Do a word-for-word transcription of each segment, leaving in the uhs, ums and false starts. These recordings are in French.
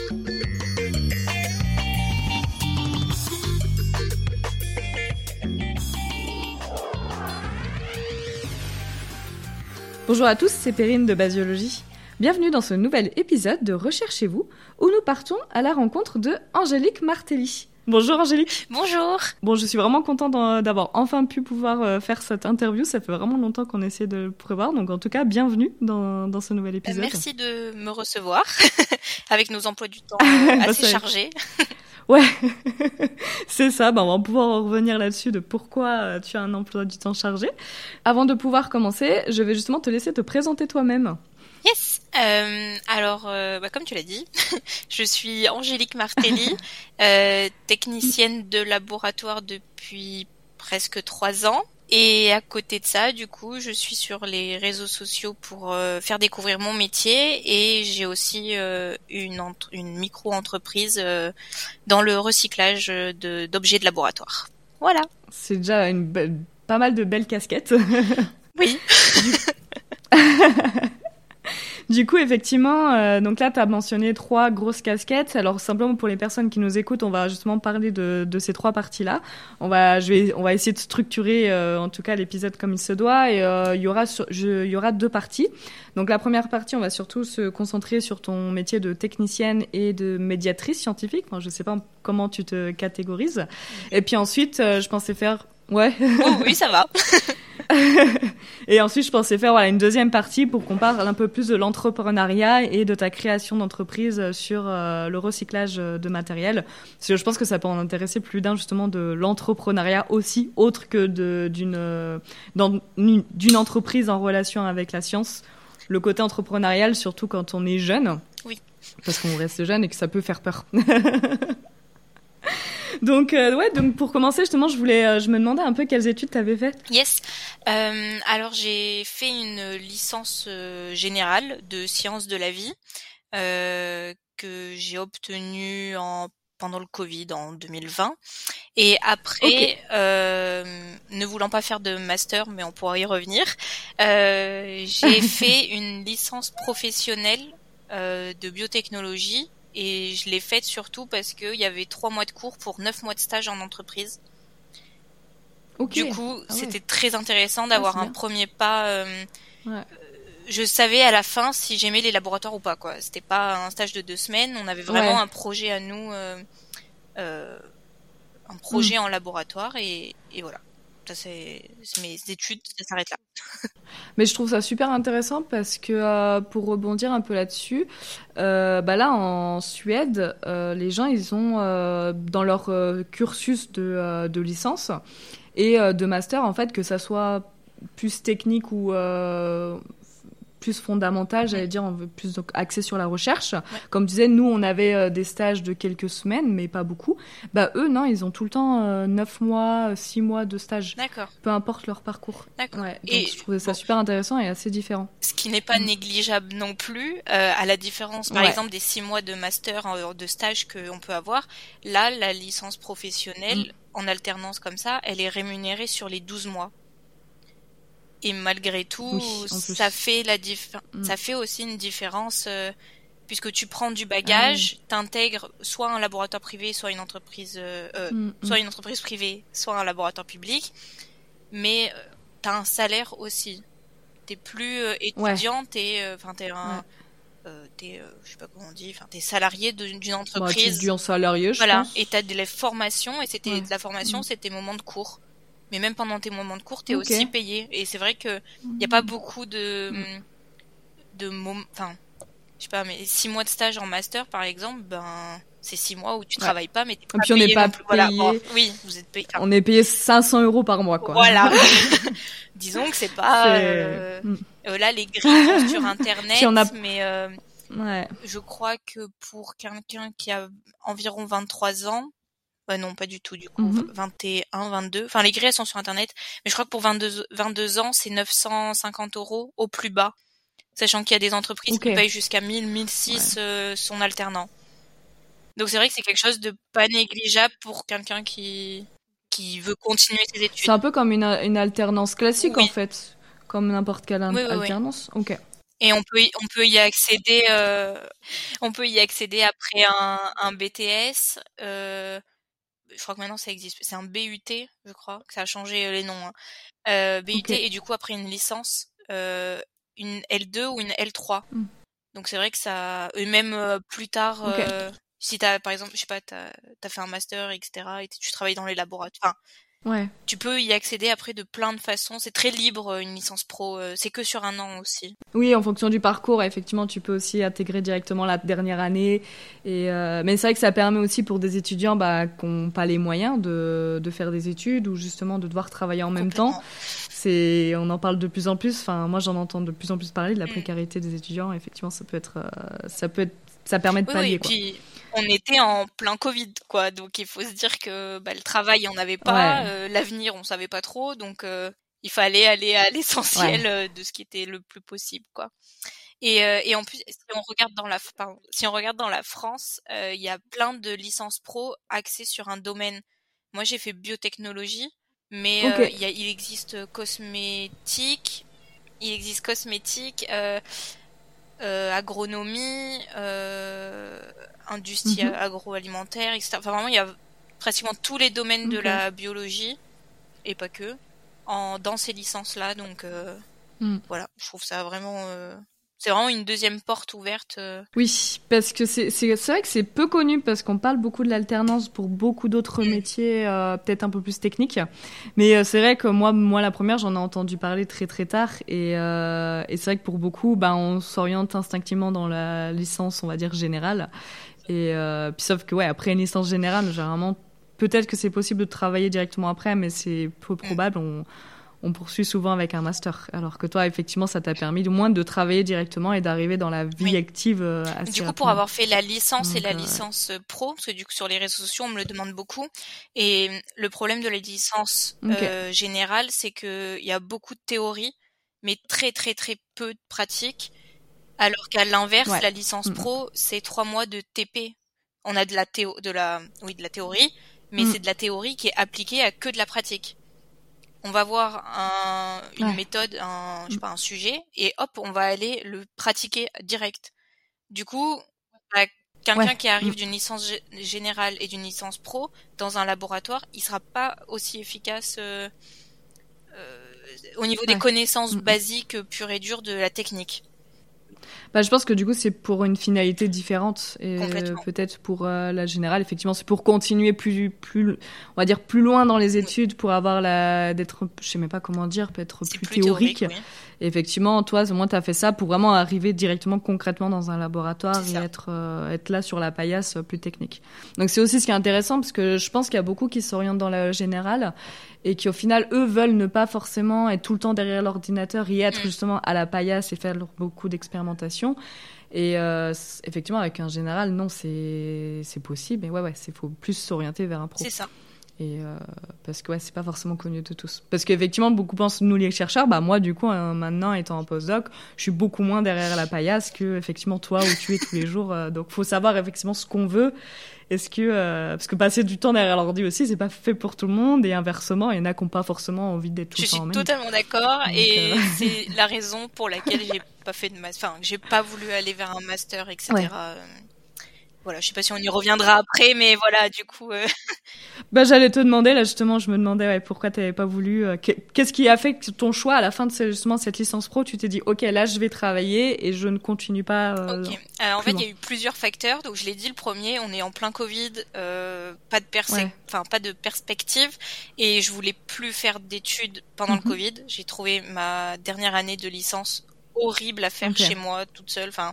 Bonjour à tous, c'est Perrine de Basiologie. Bienvenue dans ce nouvel épisode de Recherchez-vous, où nous partons à la rencontre de Angélique Martelly. Bonjour Angélique. Bonjour. Bon, je suis vraiment contente d'avoir enfin pu pouvoir faire cette interview. Ça fait vraiment longtemps qu'on essaie de le prévoir. Donc en tout cas, bienvenue dans, dans ce nouvel épisode. Merci de me recevoir, avec nos emplois du temps assez bah, chargés. Ouais, c'est ça. Bah, on va pouvoir revenir là-dessus de pourquoi tu as un emploi du temps chargé. Avant de pouvoir commencer, je vais justement te laisser te présenter toi-même. Yes. Euh, alors, euh, bah, comme tu l'as dit, je suis Angélique Martelly, euh, technicienne de laboratoire depuis presque trois ans. Et à côté de ça, du coup, je suis sur les réseaux sociaux pour euh, faire découvrir mon métier, et j'ai aussi euh, une, entre- une micro-entreprise euh, dans le recyclage de, d'objets de laboratoire. Voilà. C'est déjà une belle- pas mal de belles casquettes. Oui. Du coup, effectivement, euh, donc là, tu as mentionné trois grosses casquettes. Alors, simplement pour les personnes qui nous écoutent, on va justement parler de, de ces trois parties-là. On va, je vais, on va essayer de structurer, euh, en tout cas, l'épisode comme il se doit. Et euh, il y aura, sur- je, il y aura deux parties. Donc, la première partie, on va surtout se concentrer sur ton métier de technicienne et de médiatrice scientifique. Enfin, je sais pas comment tu te catégorises. Et puis ensuite, euh, je pensais faire... Ouais. Oh, oui, ça va. Et ensuite, je pensais faire voilà, une deuxième partie pour qu'on parle un peu plus de l'entrepreneuriat et de ta création d'entreprise sur euh, le recyclage de matériel. Parce que je pense que ça peut en intéresser plus d'un, justement, de l'entrepreneuriat aussi, autre que de, d'une, euh, dans, une- d'une entreprise en relation avec la science. Le côté entrepreneurial, surtout quand on est jeune. Oui. Parce qu'on reste jeune et que ça peut faire peur. Donc, euh, ouais, donc pour commencer, justement, je voulais, euh, je me demandais un peu quelles études tu avais faites. Yes. Euh, alors j'ai fait une licence euh, générale de sciences de la vie euh, que j'ai obtenue en pendant le Covid en deux mille vingt. Et après, Ok. euh, ne voulant pas faire de master, mais on pourra y revenir, euh, j'ai fait une licence professionnelle euh, de biotechnologie. Et je l'ai faite surtout parce qu'il y avait trois mois de cours pour neuf mois de stage en entreprise. Ok. Du coup, Ah ouais. c'était très intéressant d'avoir c'est un bien. premier pas. euh, Ouais. Je savais à la fin si j'aimais les laboratoires ou pas, quoi. C'était pas un stage de deux semaines. On avait vraiment Ouais. un projet à nous, euh, euh, un projet en laboratoire, et, et voilà. Ça, c'est, c'est mes études, ça s'arrête là. Mais je trouve ça super intéressant parce que euh, pour rebondir un peu là-dessus, euh, bah là en Suède, euh, les gens ils ont euh, dans leur euh, cursus de, euh, de licence et euh, de master en fait que ça soit plus technique ou euh, plus fondamental, j'allais dire, on veut plus donc axé sur la recherche. Ouais. Comme tu disais, nous on avait euh, des stages de quelques semaines, mais pas beaucoup. Bah eux non, ils ont tout le temps euh, neuf mois, six mois de stage, D'accord, peu importe leur parcours. d'accord. Ouais, donc Et je trouvais ça bon, super intéressant et assez différent. ce qui n'est pas Mm. négligeable non plus, euh, à la différence, par Ouais. exemple, des six mois de master, euh, de stage qu'on peut avoir. Là, la licence professionnelle, Mm. en alternance comme ça, elle est rémunérée sur les douze mois. Et malgré tout, Oui, en plus. ça fait la dif- Mm. ça fait aussi une différence, euh, puisque tu prends du Ah bagage, t'intègres soit un laboratoire privé, soit une entreprise, euh, euh, Mm, mm. soit une entreprise privée, soit un laboratoire public, mais euh, t'as un salaire aussi. T'es plus euh, Ouais. étudiant, t'es, euh, enfin t'es un, Ouais. euh, t'es, euh, je sais pas comment on dit, enfin t'es salarié de- d'une Bah, tu es entreprise. dû en salarié, je Voilà, pense. et t'as de la formation, et c'était Ouais. de la formation, Mm. c'est tes moments de cours. Mais même pendant tes moments de cours, t'es Ok. aussi payé. Et c'est vrai que y a pas beaucoup de de moments, enfin, je sais pas, mais six mois de stage en master, par exemple, ben c'est six mois où tu Ouais. travailles pas, mais t'es Et pas puis on n'est payé pas non plus. Voilà, bon, payé. oui, vous êtes payé. Enfin, On est payé cinq cents euros par mois, quoi. voilà. Disons que c'est pas. C'est- euh, Mm. euh, là, les grilles sont sur internet, Puis on a- mais euh, Ouais. je crois que pour quelqu'un qui a environ vingt-trois ans, bah non, pas du tout, du coup, Mhm. vingt et un, vingt-deux. Enfin, les grilles, elles sont sur internet, mais je crois que pour vingt-deux, vingt-deux ans, c'est neuf cent cinquante euros au plus bas. Sachant qu'il y a des entreprises Ok. qui payent jusqu'à mille, mille six euh, son alternant. Donc c'est vrai que c'est quelque chose de pas négligeable pour quelqu'un qui qui veut continuer ses C'est études. un peu comme une, une alternance classique, Oui. en fait. Comme n'importe quelle in- Oui, oui, oui. alternance. Ok. Et on peut y, on peut y accéder, euh, on peut y accéder après un, un B T S. Euh, je crois que maintenant ça existe. C'est un B U T, je crois, que ça a changé euh, les noms. Hein. Euh, Ok. B U T et du coup après une licence, euh, une L deux ou une L trois. Mm. Donc c'est vrai que ça, et même euh, plus tard, Ok. euh, si t'as par exemple, je sais pas, t'as t'as fait un master, et cetera. Et tu travailles dans les laboratoires. Enfin, Ouais. tu peux y accéder après de plein de façons. C'est très libre euh, une licence pro. euh, C'est que sur un an aussi. Oui, en fonction du parcours, effectivement, tu peux aussi intégrer directement la dernière année. Et euh, mais c'est vrai que ça permet aussi pour des étudiants bah, qui n'ont pas les moyens de, de faire des études ou justement de devoir travailler en même temps. Complètement. C'est, on en parle de plus en plus. Enfin, moi, j'en entends de plus en plus parler de la Mm. précarité des étudiants. Effectivement, ça peut être, euh, ça peut être, ça permet de Oui, oui. pallier, Et quoi. puis on était en plein Covid, quoi. Donc il faut se dire que bah, le travail, on n'avait Ouais, pas, euh, l'avenir, on savait pas trop. Donc euh, il fallait aller à ouais. l'essentiel euh, de ce qui était le plus possible, quoi. Et, euh, et en plus, si on regarde dans la, pardon, si on regarde dans la France, euh, il y a plein de licences pro axées sur un domaine. Moi, j'ai fait biotechnologie, mais Ok. euh, il y a, il existe cosmétique, il existe cosmétique, euh, euh, agronomie, euh, industrie Mhm. agroalimentaire, et cetera. Enfin, vraiment, il y a pratiquement tous les domaines de Ok. la biologie, et pas que, en, dans ces licences-là. Donc, euh, Mm. voilà, je trouve ça vraiment... euh, c'est vraiment une deuxième porte ouverte. euh. Oui, parce que c'est c'est c'est vrai que c'est peu connu parce qu'on parle beaucoup de l'alternance pour beaucoup d'autres Mm. métiers euh, peut-être un peu plus techniques. Mais euh, c'est vrai que moi moi la première j'en ai entendu parler très très tard et euh, et c'est vrai que pour beaucoup ben on s'oriente instinctivement dans la licence on va dire générale et euh, puis sauf que ouais après une licence générale généralement peut-être que c'est possible de travailler directement après mais c'est peu Mm. probable on on poursuit souvent avec un master. Alors que toi, effectivement, ça t'a permis au moins de travailler directement et d'arriver dans la vie Oui. active euh, assez Du coup, pour rapidement. avoir fait la licence et Donc, la euh, licence pro, parce que du coup sur les réseaux sociaux on me le demande beaucoup, et le problème de la licence ok. euh, générale, c'est que il y a beaucoup de théorie, mais très très très peu de pratique. Alors qu'à l'inverse, Ouais. la licence Mm. pro, c'est trois mois de T P. On a de la théo, de la, oui, de la théorie, mais Mm. c'est de la théorie qui est appliquée à que de la pratique. On va voir un, une Ouais. méthode, un, je sais Mm. pas, un sujet, et hop, on va aller le pratiquer direct. Du coup, bah, Ouais. quelqu'un qui Mm. arrive d'une licence gé- générale et d'une licence pro dans un laboratoire, il sera pas aussi efficace euh, euh, au niveau des Ouais. connaissances Mm. basiques pures et dures de la technique. Bah, je pense que du coup, c'est pour une finalité différente. Et euh, Complètement. peut-être pour euh, la générale, effectivement, c'est pour continuer plus, plus, on va dire, plus loin dans les Oui. études, pour avoir la, d'être, je sais même pas comment dire, peut-être C'est plus plus théorique, théorique. oui. Et effectivement, toi, au moins, tu as fait ça pour vraiment arriver directement, concrètement dans un C'est laboratoire et ça. être, euh, être là sur la paillasse euh, plus technique. Donc, c'est aussi ce qui est intéressant, parce que je pense qu'il y a beaucoup qui s'orientent dans la générale et qui, au final, eux, veulent ne pas forcément être tout le temps derrière l'ordinateur et être Mm. justement à la paillasse et faire beaucoup d'expérimentation. Et euh, effectivement, avec un général, non, c'est c'est possible. Mais ouais, ouais, c'est faut plus s'orienter vers un pro. C'est ça. Et euh, parce que ouais, c'est pas forcément connu de tous. Parce qu'effectivement, beaucoup pensent nous les chercheurs. Bah moi, du coup, euh, maintenant étant en postdoc, je suis beaucoup moins derrière la paillasse que effectivement toi où tu es tous les jours. Euh, donc, faut savoir effectivement ce qu'on veut. Est-ce que euh, parce que passer du temps derrière l'ordi aussi, c'est pas fait pour tout le monde. Et inversement, il y en a qui ont pas forcément envie d'être tout Je le temps suis en même. totalement d'accord Donc euh... et c'est la raison pour laquelle j'ai pas fait de master, enfin, j'ai pas voulu aller vers un master, ouais. et cetera. Voilà, je sais pas si on y reviendra après, mais voilà, du coup, euh, Bah, j'allais te demander, là, justement, je me demandais, ouais, pourquoi t'avais pas voulu, euh, qu'est-ce qui a fait que ton choix, à la fin de ce- justement cette licence pro, tu t'es dit, OK, là, je vais travailler et je ne continue pas, euh, ok. Alors, en plus fait, il y loin. a eu plusieurs facteurs. Donc, je l'ai dit, le premier, on est en plein Covid, euh, pas de persec, Ouais. enfin, pas de perspective, et je voulais plus faire d'études pendant le Mhm. Covid. J'ai trouvé ma dernière année de licence horrible à faire Ok. chez moi, toute seule. Enfin,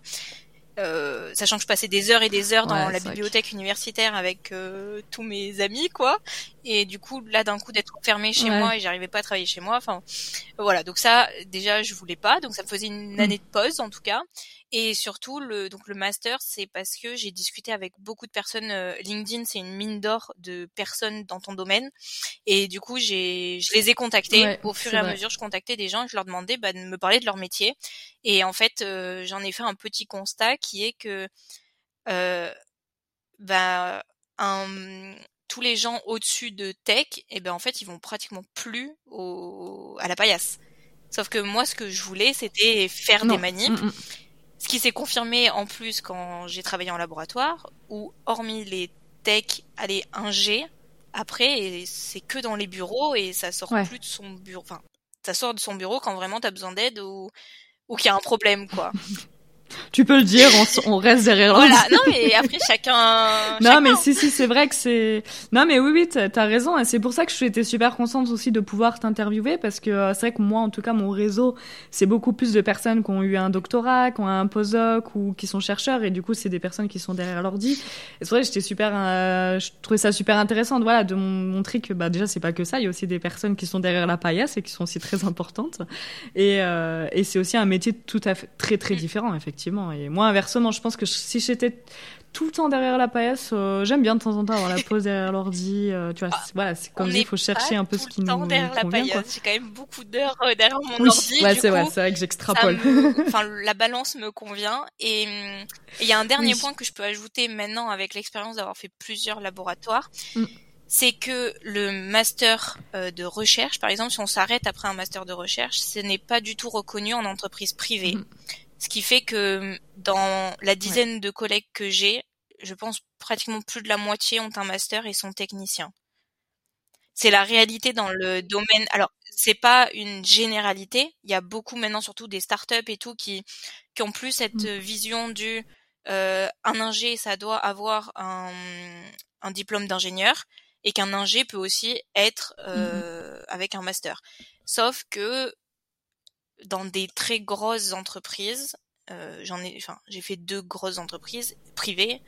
euh, sachant que je passais des heures et des heures dans Ouais, la c'est vrai que... bibliothèque universitaire avec euh, tous mes amis, quoi. Et du coup, là, d'un coup, d'être enfermée chez Ouais. moi et j'arrivais pas à travailler chez moi. Enfin, voilà. Donc ça, déjà, je voulais pas. Donc ça me faisait une Mm. année de pause, en tout cas. Et surtout, le donc le master, c'est parce que j'ai discuté avec beaucoup de personnes. euh, LinkedIn, c'est une mine d'or de personnes dans ton domaine. Et du coup, j'ai, je les ai contactés. Ouais, Au fur c'est et à vrai. mesure, je contactais des gens et je leur demandais bah, de me parler de leur métier. Et en fait, euh, j'en ai fait un petit constat qui est que euh, bah, un- tous les gens au-dessus de tech, et ben en fait, ils vont pratiquement plus au, à la paillasse. Sauf que moi, ce que je voulais, c'était faire Non. des manips. Mm-mm. Ce qui s'est confirmé en plus quand j'ai travaillé en laboratoire, où hormis les techs, allez, ingé, après, c'est que dans les bureaux et ça sort Ouais. plus de son bureau. Enfin, ça sort de son bureau quand vraiment t'as besoin d'aide ou, ou qu'il y a un problème, quoi. Tu peux le dire, on, on reste derrière l'ordi. Voilà, non mais après chacun... Non chacun. mais si si c'est vrai que c'est non mais oui oui t'as, t'as raison et c'est pour ça que j'étais super contente aussi de pouvoir t'interviewer parce que euh, c'est vrai que moi en tout cas mon réseau c'est beaucoup plus de personnes qui ont eu un doctorat, qui ont un postdoc ou qui sont chercheurs et du coup c'est des personnes qui sont derrière l'ordi et c'est vrai que j'étais super euh, je trouvais ça super intéressant voilà de montrer que bah déjà c'est pas que ça il y a aussi des personnes qui sont derrière la paillasse et qui sont aussi très importantes et euh, et c'est aussi un métier tout à fait très très différent effectivement. Et moi, inversement, je pense que si j'étais tout le temps derrière la paillasse, euh, j'aime bien de temps en temps avoir la pause derrière l'ordi. Euh, tu vois, c'est, voilà, c'est comme il faut chercher un peu ce qui nous convient. derrière la paillasse. J'ai quand même beaucoup d'heures euh, derrière mon oui, ordi. Ouais, du c'est coup, vrai, c'est vrai que j'extrapole. Enfin, la balance me convient. Et il y a un dernier oui. point que je peux ajouter maintenant avec l'expérience d'avoir fait plusieurs laboratoires. Mm. C'est que le master euh, de recherche, par exemple, si on s'arrête après un master de recherche, ce n'est pas du tout reconnu en entreprise privée. Mm. Ce qui fait que dans la dizaine ouais. de collègues que j'ai, je pense pratiquement plus de la moitié ont un master et sont techniciens. C'est la réalité dans le domaine. Alors, c'est pas une généralité. Il y a beaucoup maintenant, surtout des startups et tout, qui qui ont plus cette mmh. vision du euh, un ingé, ça doit avoir un, un diplôme d'ingénieur, et qu'un ingé peut aussi être euh, mmh. avec un master. Sauf que dans des très grosses entreprises, euh, j'en ai, enfin, j'ai fait deux grosses entreprises privées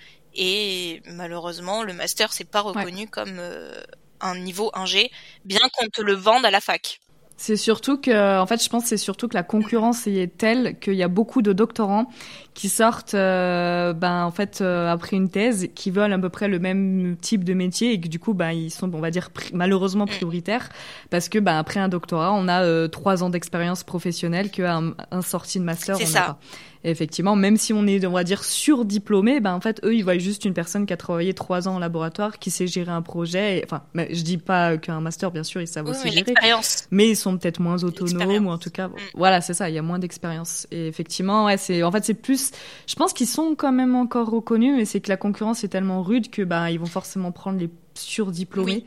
et malheureusement le master c'est pas reconnu ouais. comme euh, un niveau ingé, bien qu'on te le vende à la fac. C'est surtout que, en fait, je pense que c'est surtout que la concurrence est telle qu'il y a beaucoup de doctorants qui sortent, euh, ben, en fait, euh, après une thèse, qui veulent à peu près le même type de métier et que du coup, ben, ils sont, on va dire, pri- malheureusement prioritaires parce que, ben, après un doctorat, on a euh, trois ans d'expérience professionnelle qu'un un sorti de master, c'est on ça. n'a pas. Et effectivement, même si on est, on va dire, surdiplômé, ben, en fait, eux, ils voient juste une personne qui a travaillé trois ans en laboratoire, qui sait gérer un projet. Et, enfin, je dis pas qu'un master, bien sûr, ils savent oui, aussi mais gérer. L'expérience. Mais ils sont peut-être moins autonomes ou en tout cas, mm. voilà, c'est ça, il y a moins d'expérience. Et effectivement, ouais, c'est, en fait, c'est plus, je pense qu'ils sont quand même encore reconnus, mais c'est que la concurrence est tellement rude que, bah, ils vont forcément prendre les surdiplômés. Oui.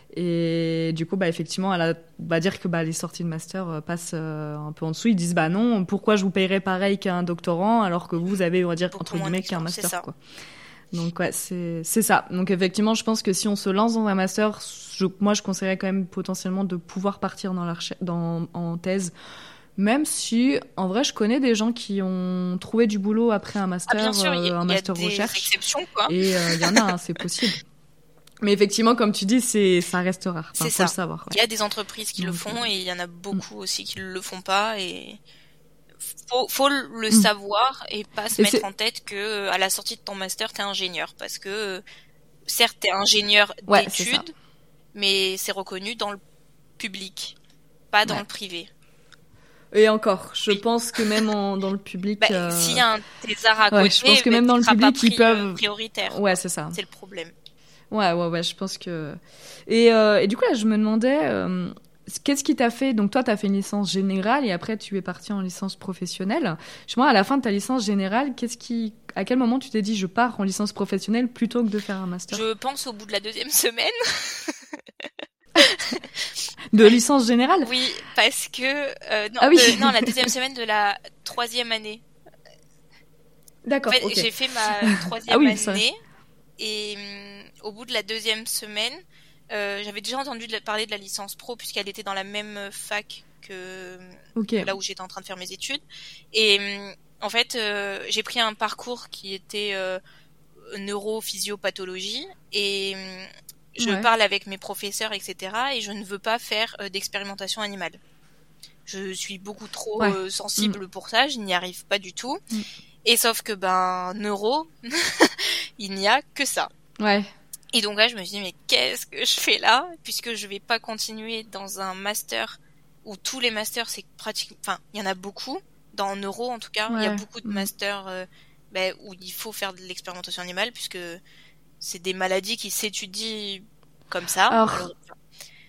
Et du coup, bah, effectivement, elle a, va dire que bah, les sorties de master euh, passent euh, un peu en dessous. Ils disent, bah non, pourquoi je vous payerais pareil qu'un doctorant alors que vous avez, on va dire, beaucoup entre guillemets, qu'un master, quoi. Donc, ouais, c'est, c'est ça. Donc, effectivement, je pense que si on se lance dans un master, je, moi, je conseillerais quand même potentiellement de pouvoir partir dans la recherche, dans, en thèse. Même si, en vrai, je connais des gens qui ont trouvé du boulot après un master, ah, bien sûr, euh, y a, un master y a des recherche. Exceptions, quoi. Et il euh, y en a, hein, c'est possible. Mais effectivement, comme tu dis, c'est, ça reste rare. Enfin, c'est faut ça. le savoir. Il ouais. y a des entreprises qui Donc, le font et il y en a beaucoup mmh. aussi qui le font pas et faut, faut le mmh. savoir et pas se et mettre c'est... en tête que à la sortie de ton master, t'es ingénieur parce que certes, t'es ingénieur ouais, d'études, c'est mais c'est reconnu dans le public, pas dans ouais. le privé. Et encore, je oui. pense que même en, dans le public... Bah, euh... s'il y a un thésard à côté, ouais, je pense que même dans le public, ils peuvent... prioritaire. Ouais, c'est ça. C'est le problème. Ouais, ouais, ouais, je pense que... Et, euh, et du coup, là, je me demandais, euh, qu'est-ce qui t'a fait... Donc, toi, t'as fait une licence générale et après, tu es parti en licence professionnelle. Je moi, à la fin de ta licence générale, qu'est-ce qui... À quel moment tu t'es dit, je pars en licence professionnelle plutôt que de faire un master ? Je pense au bout de la deuxième semaine. De licence générale ? Oui, parce que... Euh, non, ah oui. de, non, la deuxième semaine de la troisième année. D'accord, en fait, okay. J'ai fait ma troisième ah oui, année ça. Et um, au bout de la deuxième semaine, euh, j'avais déjà entendu de la, parler de la licence pro puisqu'elle était dans la même fac que, okay. que là où j'étais en train de faire mes études. Et um, en fait, euh, j'ai pris un parcours qui était euh, neurophysiopathologie et... Um, Je ouais. parle avec mes professeurs, et cetera. Et je ne veux pas faire euh, d'expérimentation animale. Je suis beaucoup trop ouais. euh, sensible mmh. pour ça. Je n'y arrive pas du tout. Mmh. Et sauf que, ben, neuro, il n'y a que ça. Ouais. Et donc là, je me suis dit, mais qu'est-ce que je fais là ? Puisque je vais pas continuer dans un master où tous les masters, c'est pratiquement... Enfin, il y en a beaucoup. Dans neuro, en tout cas, il ouais. y a beaucoup de mmh. masters euh, ben, où il faut faire de l'expérimentation animale puisque... c'est des maladies qui s'étudient comme ça. Alors, Alors,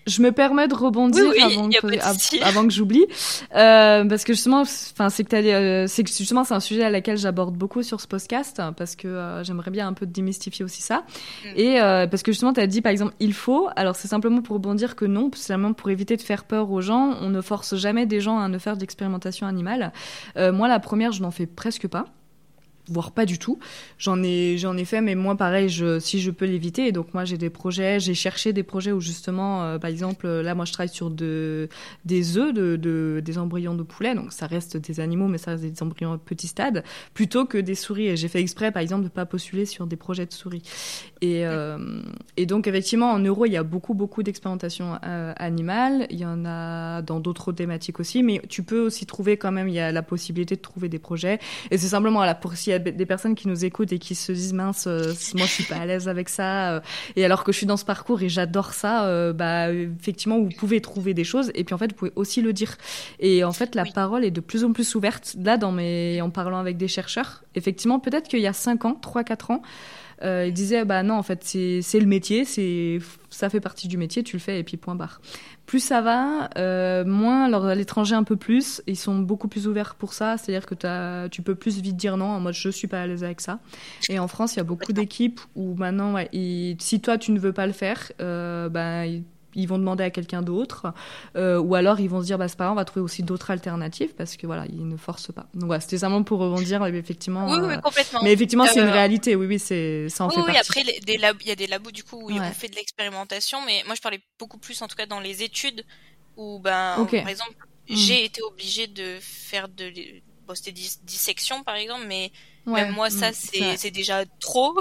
Je me permets de rebondir oui, oui, avant, y a que, pas de souci. avant que j'oublie, euh, parce que justement, enfin, c'est que t'as, euh, c'est que justement, c'est un sujet à laquelle j'aborde beaucoup sur ce podcast, parce que euh, j'aimerais bien un peu démystifier aussi ça, mm. et euh, parce que justement, t'as dit par exemple, il faut. Alors c'est simplement pour rebondir que non, c'est simplement pour éviter de faire peur aux gens. On ne force jamais des gens à ne faire d'expérimentation animale. Euh, moi, la première, je n'en fais presque pas. Voire pas du tout. J'en ai, j'en ai fait, mais moi, pareil, je, si je peux l'éviter. Et donc, moi, j'ai des projets, j'ai cherché des projets où justement, euh, par exemple, là, moi, je travaille sur de, des œufs, de, de, des embryons de poulet. Donc, ça reste des animaux, mais ça reste des embryons à petit stade, plutôt que des souris. Et j'ai fait exprès, par exemple, de pas postuler sur des projets de souris. Et, euh, et donc, effectivement, en neuro, il y a beaucoup, beaucoup d'expérimentations euh, animales. Il y en a dans d'autres thématiques aussi, mais tu peux aussi trouver quand même, il y a la possibilité de trouver des projets. Et c'est simplement à la pour s'il y a des personnes qui nous écoutent et qui se disent mince, euh, moi je suis pas à l'aise avec ça, euh, et alors que je suis dans ce parcours et j'adore ça, euh, bah effectivement vous pouvez trouver des choses, et puis en fait vous pouvez aussi le dire. Et en fait la oui. parole est de plus en plus ouverte. Là, dans mes, en parlant avec des chercheurs, effectivement, peut-être qu'il y a cinq ans, trois quatre ans, euh, ils disaient bah non, en fait c'est c'est le métier, c'est ça fait partie du métier, tu le fais et puis point barre. Plus ça va, euh, moins, alors à l'étranger un peu plus, ils sont beaucoup plus ouverts pour ça, c'est-à-dire que t'as, tu peux plus vite dire non, en mode je suis pas à l'aise avec ça. Et en France, il y a beaucoup d'équipes où maintenant, ouais, ils, si toi tu ne veux pas le faire, euh, bah, ils, ils vont demander à quelqu'un d'autre, euh, ou alors ils vont se dire bah c'est pas grave, on va trouver aussi d'autres alternatives, parce que voilà, ils ne forcent pas. Donc voilà, c'était simplement pour rebondir, effectivement. Oui, oui, euh, complètement. Mais effectivement, c'est euh, une réalité, oui, oui, c'est, ça en oui, fait oui, partie. après, il y a des labos du coup où ouais. on fait de l'expérimentation, mais moi je parlais beaucoup plus en tout cas dans les études, où ben, okay. par exemple, mmh. j'ai été obligée de faire de... Bon, c'était dis- dissection par exemple, mais ouais. même moi ça, mmh, c'est, c'est déjà trop.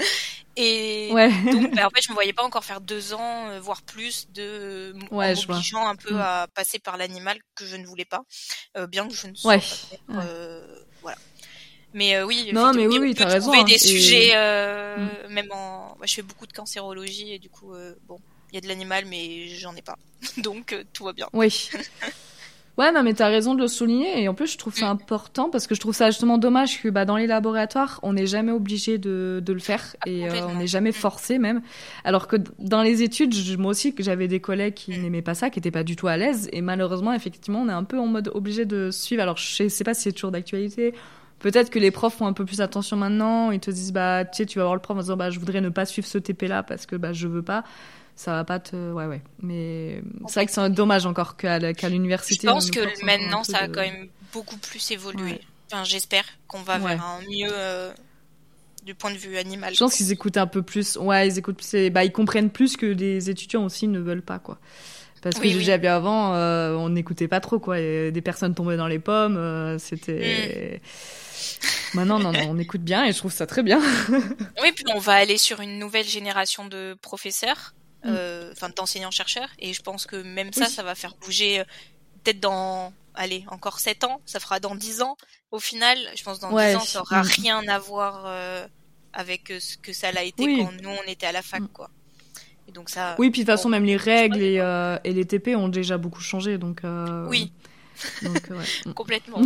Et ouais. donc, ben, en fait, je me voyais pas encore faire deux ans, euh, voire plus, de ouais, en m'obligeant un peu mmh. à passer par l'animal que je ne voulais pas, euh, bien que je ne sois ouais. pas ouais. euh, voilà. Mais euh, oui, non, mais oui, on oui, peut t'as trouver raison, des hein, sujets, et... euh, mmh. même en, moi, je fais beaucoup de cancérologie et du coup, euh, bon, il y a de l'animal, mais j'en ai pas, donc euh, tout va bien. Oui. Ouais, non, mais t'as raison de le souligner, et en plus, je trouve ça mmh. important, parce que je trouve ça justement dommage que bah, dans les laboratoires, on n'est jamais obligé de, de le faire, ah, et euh, on n'est jamais forcé même, alors que dans les études, je, moi aussi, que j'avais des collègues qui mmh. n'aimaient pas ça, qui n'étaient pas du tout à l'aise, et malheureusement, effectivement, on est un peu en mode obligé de suivre. Alors, je sais pas si c'est toujours d'actualité. Peut-être que les profs font un peu plus attention maintenant, ils te disent, bah, tu sais, tu vas voir le prof en disant, bah, je voudrais ne pas suivre ce T P-là parce que, bah, je veux pas. Ça va pas te, ouais, ouais. Mais c'est vrai que c'est dommage encore qu'à, qu'à l'université. Je pense que maintenant, ça a de... quand même beaucoup plus évolué. Ouais. Enfin, j'espère qu'on va ouais. vers un mieux, euh, du point de vue animal. Je pense qu'ils écoutent un peu plus. Ouais, ils écoutent plus, bah, ils comprennent plus que les étudiants aussi ne veulent pas, quoi. Parce que oui, j'ai oui. avant, euh, on n'écoutait pas trop, quoi. Et des personnes tombaient dans les pommes, euh, c'était... Mm. Maintenant, non, non, on écoute bien et je trouve ça très bien. Oui, puis on va aller sur une nouvelle génération de professeurs, enfin euh, mm. d'enseignants-chercheurs, et je pense que même oui. ça, ça va faire bouger, euh, peut-être dans, allez, encore sept ans, ça fera dans dix ans. Au final, je pense que dans ouais. dix ans, ça aura mm. rien à voir euh, avec ce que ça l'a été oui. quand nous, on était à la fac, mm. quoi. Et donc ça, oui, puis de toute façon, même les règles et, euh, et les T P ont déjà beaucoup changé, donc... Euh, oui. Donc, ouais. Complètement.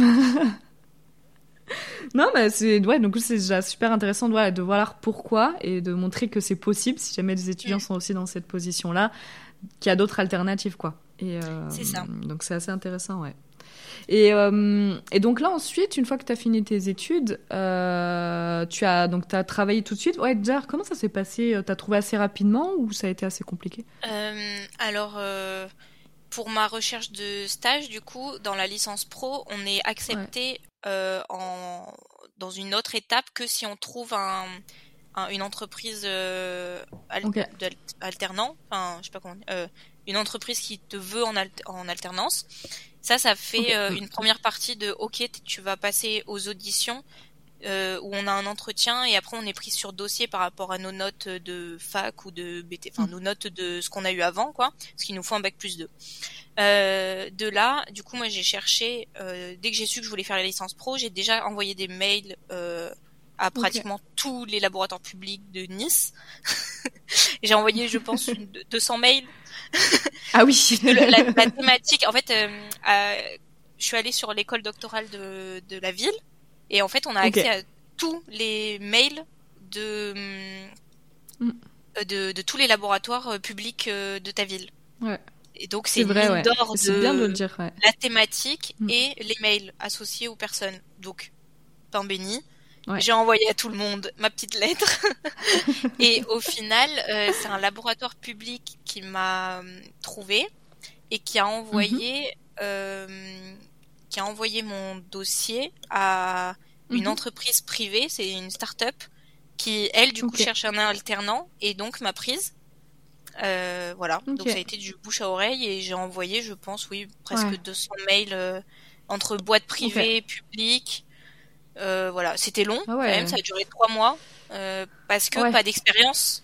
Non, mais c'est, ouais, donc c'est déjà super intéressant de, ouais, de voir pourquoi et de montrer que c'est possible, si jamais les étudiants mmh. sont aussi dans cette position-là, qu'il y a d'autres alternatives, quoi. Et, euh, c'est ça. Donc c'est assez intéressant, ouais. Et, euh, et donc là, ensuite, une fois que tu as fini tes études, euh, tu as, donc, t'as travaillé tout de suite. Ouais, déjà, comment ça s'est passé ? T'as trouvé assez rapidement ou ça a été assez compliqué ? euh, Alors, euh, pour ma recherche de stage, du coup, dans la licence pro, on est accepté ouais. euh, en, dans une autre étape que si on trouve un, un, une entreprise euh, al- okay. alternant, enfin, je sais pas comment dire, euh, une entreprise qui te veut en, alter- en alternance. Ça, ça fait okay. euh, une première partie de OK, tu vas passer aux auditions euh, où on a un entretien et après on est pris sur dossier par rapport à nos notes de fac ou de B T, enfin mm. nos notes de ce qu'on a eu avant, quoi, ce qui nous faut un bac plus deux. Euh, de là, du coup, moi j'ai cherché, euh, dès que j'ai su que je voulais faire la licence pro, j'ai déjà envoyé des mails euh, à pratiquement okay. tous les laboratoires publics de Nice. J'ai envoyé, je pense, une, deux cents mails. Ah oui. la, la, la thématique, en fait, euh, euh, je suis allée sur l'école doctorale de, de la ville et en fait, on a accès okay. à tous les mails de, mm. de de tous les laboratoires publics de ta ville. Ouais. Et donc, c'est, C'est une vrai, mine ouais. d'or C'est de bien de le dire, ouais. la thématique Mm. et les mails associés aux personnes. Donc, pain béni. Ouais. J'ai envoyé à tout le monde ma petite lettre. Et au final, euh, c'est un laboratoire public qui m'a euh, trouvé et qui a envoyé, Mhm. euh, qui a envoyé mon dossier à une Mhm. entreprise privée, c'est une start-up qui, elle, du coup, Ok. cherche un alternant et donc m'a prise. Euh, voilà, Ok. donc ça a été du bouche à oreille et j'ai envoyé, je pense, oui, presque Ouais. deux cents mails euh, entre boîtes Ok. privées, publiques. Euh, voilà, c'était long Ah quand même, ouais. ça a duré trois mois euh, parce que Ouais. pas d'expérience,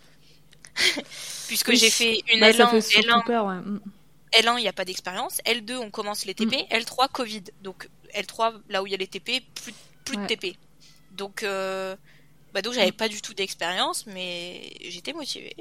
puisque j'ai Oui. fait une Bah, ça L un, fait surtout L un, peur, ouais. Mm. L un, il n'y a pas d'expérience, L deux, on commence les T P, Mm. L trois, Covid. Donc L trois, là où il y a les T P, plus, plus de Ouais. T P. Donc, euh, bah donc j'avais pas du tout d'expérience, mais j'étais motivée.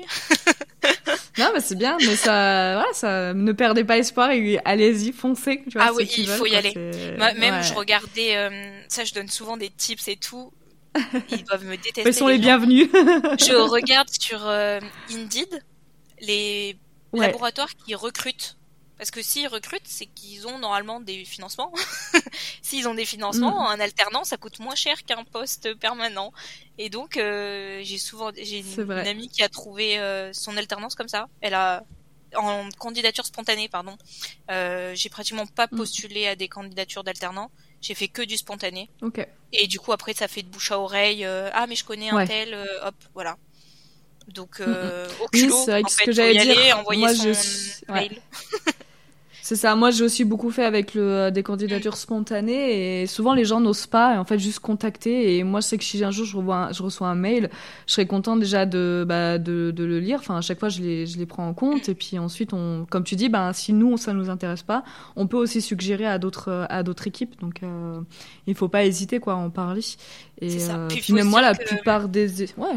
Non, mais c'est bien, mais ça, voilà, ça, ne perdez pas espoir et allez-y, foncez, tu vois, Ah ceux oui, qui il veulent, faut y quoi, aller. c'est, Moi, même je ouais. regardais, euh, ça je donne souvent des tips et tout, ils doivent me Ils détester sont les les gens. bienvenus. Je regarde sur euh, Indeed les Ouais. laboratoires qui recrutent. Parce que s'ils recrutent, c'est qu'ils ont normalement des financements. S'ils ont des financements, Mm. un alternant, ça coûte moins cher qu'un poste permanent. Et donc, euh, j'ai souvent, j'ai C'est une, une vrai. amie qui a trouvé euh, son alternance comme ça. Elle a, en candidature spontanée, pardon. Euh, j'ai pratiquement pas Mm. postulé à des candidatures d'alternants. J'ai fait que du spontané. Ok. Et du coup, après, ça fait de bouche à oreille. euh, ah, mais je connais un Ouais. tel. euh, hop, voilà. Donc, Mm, mm. euh, au Oui, culot, c'est vrai en que ce fait, que faut j'allais y aller, dire, envoyer moi, son je, ouais. mail. C'est ça. Moi, j'ai aussi beaucoup fait avec le, euh, des Mm. candidatures spontanées et souvent les gens n'osent pas et en fait juste contacter. Et moi, je sais que si un jour je, revois un- je reçois un mail, je serais contente déjà de, bah, de, de le lire. Enfin, à chaque fois, je les, je les prends en compte. Et puis ensuite, on, comme tu dis, bah, si nous, ça nous intéresse pas, on peut aussi suggérer à d'autres, à d'autres équipes. Donc, euh, il faut pas hésiter, quoi, à en parler. C'est Et ça. euh, Puis il puis faut même se moi, dire la que... plupart des, ouais,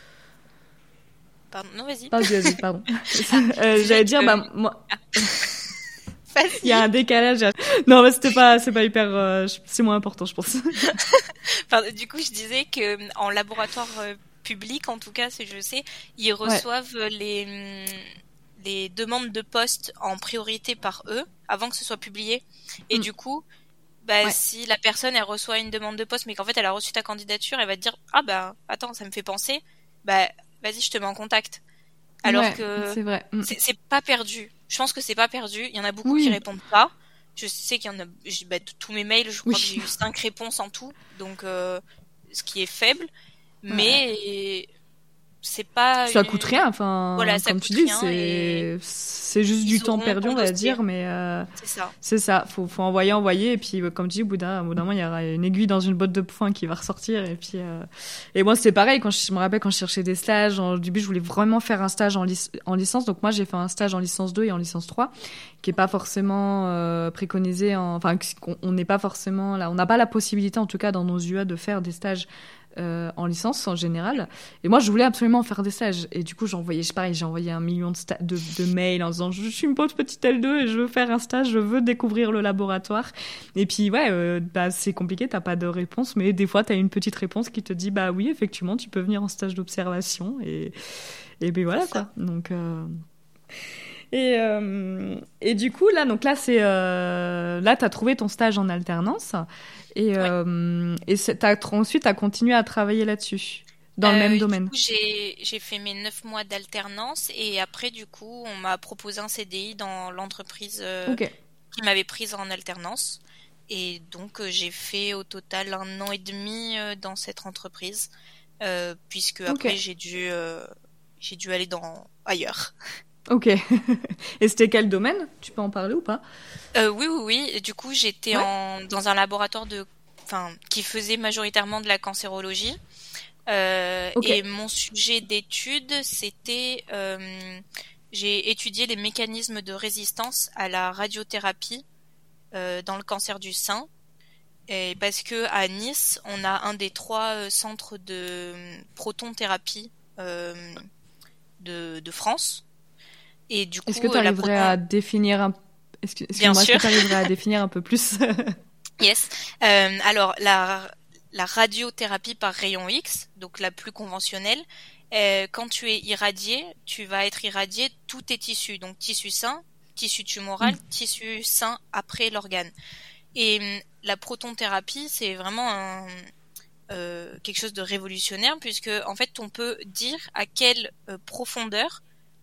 Pardon, non, vas-y. vas-y, vas-y, pardon. Ah, je Euh, disais j'allais dire, que... bah, moi. Ah, Il y a vas-y. un décalage. Non, mais c'était pas, c'est pas hyper, euh, c'est moins important, je pense. Pardon, du coup, je disais que en laboratoire euh, public, en tout cas, si je sais, ils Ouais. reçoivent les, hum, les demandes de poste en priorité par eux, avant que ce soit publié. Et Mm. du coup, bah, Ouais. si la personne, elle reçoit une demande de poste, mais qu'en fait, elle a reçu ta candidature, elle va te dire, ah bah, attends, ça me fait penser, bah, vas-y, je te mets en contact. Alors Ouais, que c'est vrai. Mm. c'est c'est pas perdu. Je pense que c'est pas perdu. Il y en a beaucoup qui Oui, répondent pas. Je sais qu'il y en a. j'ai- Bah, tous mes mails, je crois que oui. j'ai eu cinq réponses en tout, donc euh, ce qui est faible. Ouais. Mais c'est pas Ça coûte une. rien, Voilà, enfin, ça comme tu coûte dis, rien et c'est, c'est juste du ils temps auront perdu, ton on va dossier. dire, mais euh, C'est ça. c'est ça. Faut, faut envoyer, envoyer, et puis, euh, comme tu dis, au bout d'un, au bout d'un moment, il y aura une aiguille dans une botte de foin qui va ressortir, et puis, euh... et moi, c'est pareil, quand je, je me rappelle quand je cherchais des stages, au début, je voulais vraiment faire un stage en, lic- en licence, donc moi, j'ai fait un stage en licence deux et en licence trois, qui est pas forcément euh, préconisé en, enfin, qu'on- on n'est pas forcément là, on n'a pas la possibilité, en tout cas, dans nos U A, de faire des stages Euh, en licence en général. Et moi, je voulais absolument faire des stages. Et du coup, j'ai envoyé, je pareil, j'ai envoyé un million de, sta- de, de mails en disant je suis une pauvre petite L deux et je veux faire un stage, je veux découvrir le laboratoire. Et puis, ouais, euh, bah, c'est compliqué, t'as pas de réponse, mais des fois, t'as une petite réponse qui te dit bah oui, effectivement, tu peux venir en stage d'observation. Et, et puis voilà, C'est quoi. ça. Donc. Euh... Et, euh, et du coup, là, donc là, c'est euh, là, t'as trouvé ton stage en alternance et, Ouais. euh, et c'est- t'as, ensuite, t'as continué à travailler là-dessus, dans le Euh, même du domaine. coup, j'ai j'ai fait mes neuf mois d'alternance et après, du coup, on m'a proposé un C D I dans l'entreprise euh, Ok, qui m'avait prise en alternance. Et donc, euh, j'ai fait au total un an et demi euh, dans cette entreprise, euh, puisque ok, après, j'ai dû, euh, j'ai dû aller dans ailleurs. ok. Et c'était quel domaine? Tu peux en parler ou pas? Euh, oui, oui, oui. Et du coup, j'étais Ouais. en, dans un laboratoire de, enfin, qui faisait majoritairement de la cancérologie. Euh, Ok, et mon sujet d'étude, c'était, euh, j'ai étudié les mécanismes de résistance à la radiothérapie euh, dans le cancer du sein. Et parce que à Nice, on a un des trois euh, centres de euh, protonthérapie euh, de, de France. Et du est-ce que coup, tu euh, la arriverais proton, à définir un... Est-ce que... bien Excuse-moi, est-ce que sûr, tu arriverais à définir un peu plus? yes. Euh, alors la la radiothérapie par rayon X, donc la plus conventionnelle, euh, quand tu es irradié, tu vas être irradié tous tes tissus, donc tissu sain, tissu tumoral, Mm. tissu sain après l'organe. Et hum, la protonthérapie, c'est vraiment un, euh, quelque chose de révolutionnaire puisque en fait, on peut dire à quelle euh, profondeur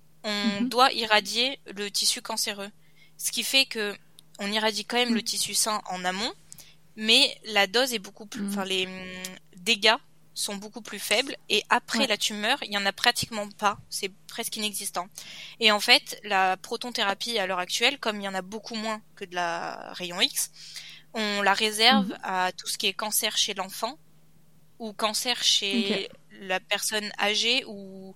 on Mhm. doit irradier le tissu cancéreux. Ce qui fait que on irradie quand même Mm. le tissu sain en amont, mais la dose est beaucoup plus, enfin Mm. les hum, dégâts sont beaucoup plus faibles et après Ouais. la tumeur, il y en a pratiquement pas, c'est presque inexistant. Et en fait, la protonthérapie à l'heure actuelle, comme il y en a beaucoup moins que de la rayon X, on la réserve Mhm. à tout ce qui est cancer chez l'enfant ou cancer Ok. chez la personne âgée ou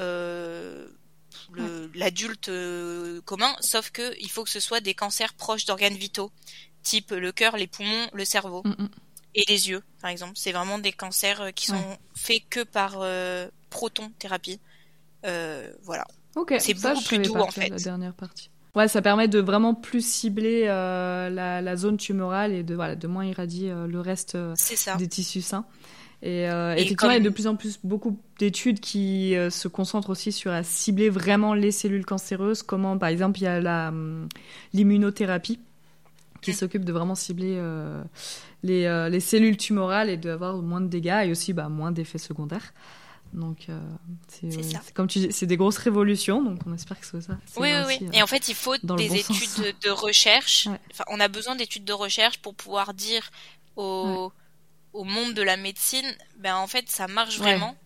euh, Ouais. le, l'adulte euh, commun, sauf que il faut que ce soit des cancers proches d'organes vitaux, type le cœur, les poumons, le cerveau Mm, mm. et les yeux, par exemple. C'est vraiment des cancers euh, qui Ouais. sont faits que par euh, protonthérapie. Euh, voilà. Ok, C'est ça beaucoup je plus savais doux pas, en tu vois, la fait. dernière partie. Ouais, ça permet de vraiment plus cibler euh, la, la zone tumorale et de, voilà, de moins irradier euh, le reste euh, C'est ça. des tissus sains. Et euh, Et effectivement, il y a comme de plus en plus beaucoup d'études qui euh, se concentrent aussi sur à cibler vraiment les cellules cancéreuses, comment par exemple il y a la, hum, l'immunothérapie qui Mm. s'occupe de vraiment cibler euh, les, euh, les cellules tumorales et d'avoir moins de dégâts et aussi bah, moins d'effets secondaires. Donc, euh, c'est, c'est ouais, ça. c'est comme tu dis, c'est des grosses révolutions, donc on espère que c'est ça, ça Oui, ira oui, oui. aussi euh, Et en fait, il faut dans le des bon études sens. de, de recherche. Ouais, Enfin, on a besoin d'études de recherche pour pouvoir dire ouais, au, au monde de la médecine, ben en fait, ça marche ouais, vraiment.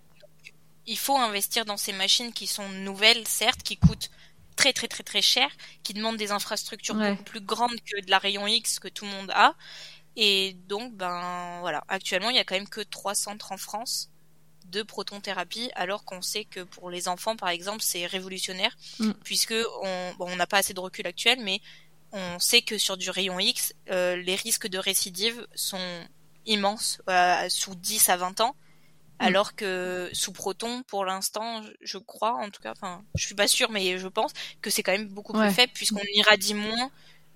Il faut investir dans ces machines qui sont nouvelles, certes, qui coûtent très très très très cher, qui demandent des infrastructures ouais. beaucoup plus grandes que de la rayon X que tout le monde a. Et donc, ben voilà, actuellement, il y a quand même que trois centres en France de protonthérapie, alors qu'on sait que pour les enfants, par exemple, c'est révolutionnaire, Mm. puisque on bon, on n'a pas assez de recul actuel, mais on sait que sur du rayon X, euh, les risques de récidive sont immenses euh, sous dix à vingt ans, Mm. alors que sous proton, pour l'instant, je, je crois, en tout cas, enfin, je suis pas sûre, mais je pense que c'est quand même beaucoup plus Ouais, faible, puisqu'on irradie moins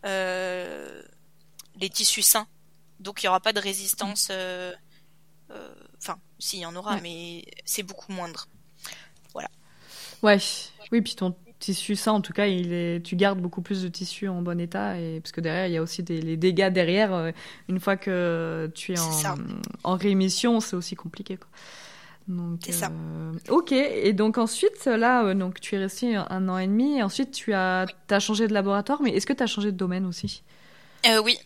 euh, les tissus sains. Donc il y aura pas de mm. résistance. euh, euh, Enfin, si, il y en aura, Ouais, mais c'est beaucoup moindre. Voilà. ouais. Oui, puis ton tissu sain, en tout cas, il est, tu gardes beaucoup plus de tissu en bon état, et parce que derrière, il y a aussi des, les dégâts derrière. euh, Une fois que tu es C'est en, ça, en rémission, c'est aussi compliqué, quoi. Donc, c'est ça. euh, ok. Et donc ensuite, là, euh, donc tu es resté un, un an et demi, et ensuite tu as, t'as changé de laboratoire, mais est-ce que tu as changé de domaine aussi? Euh, oui.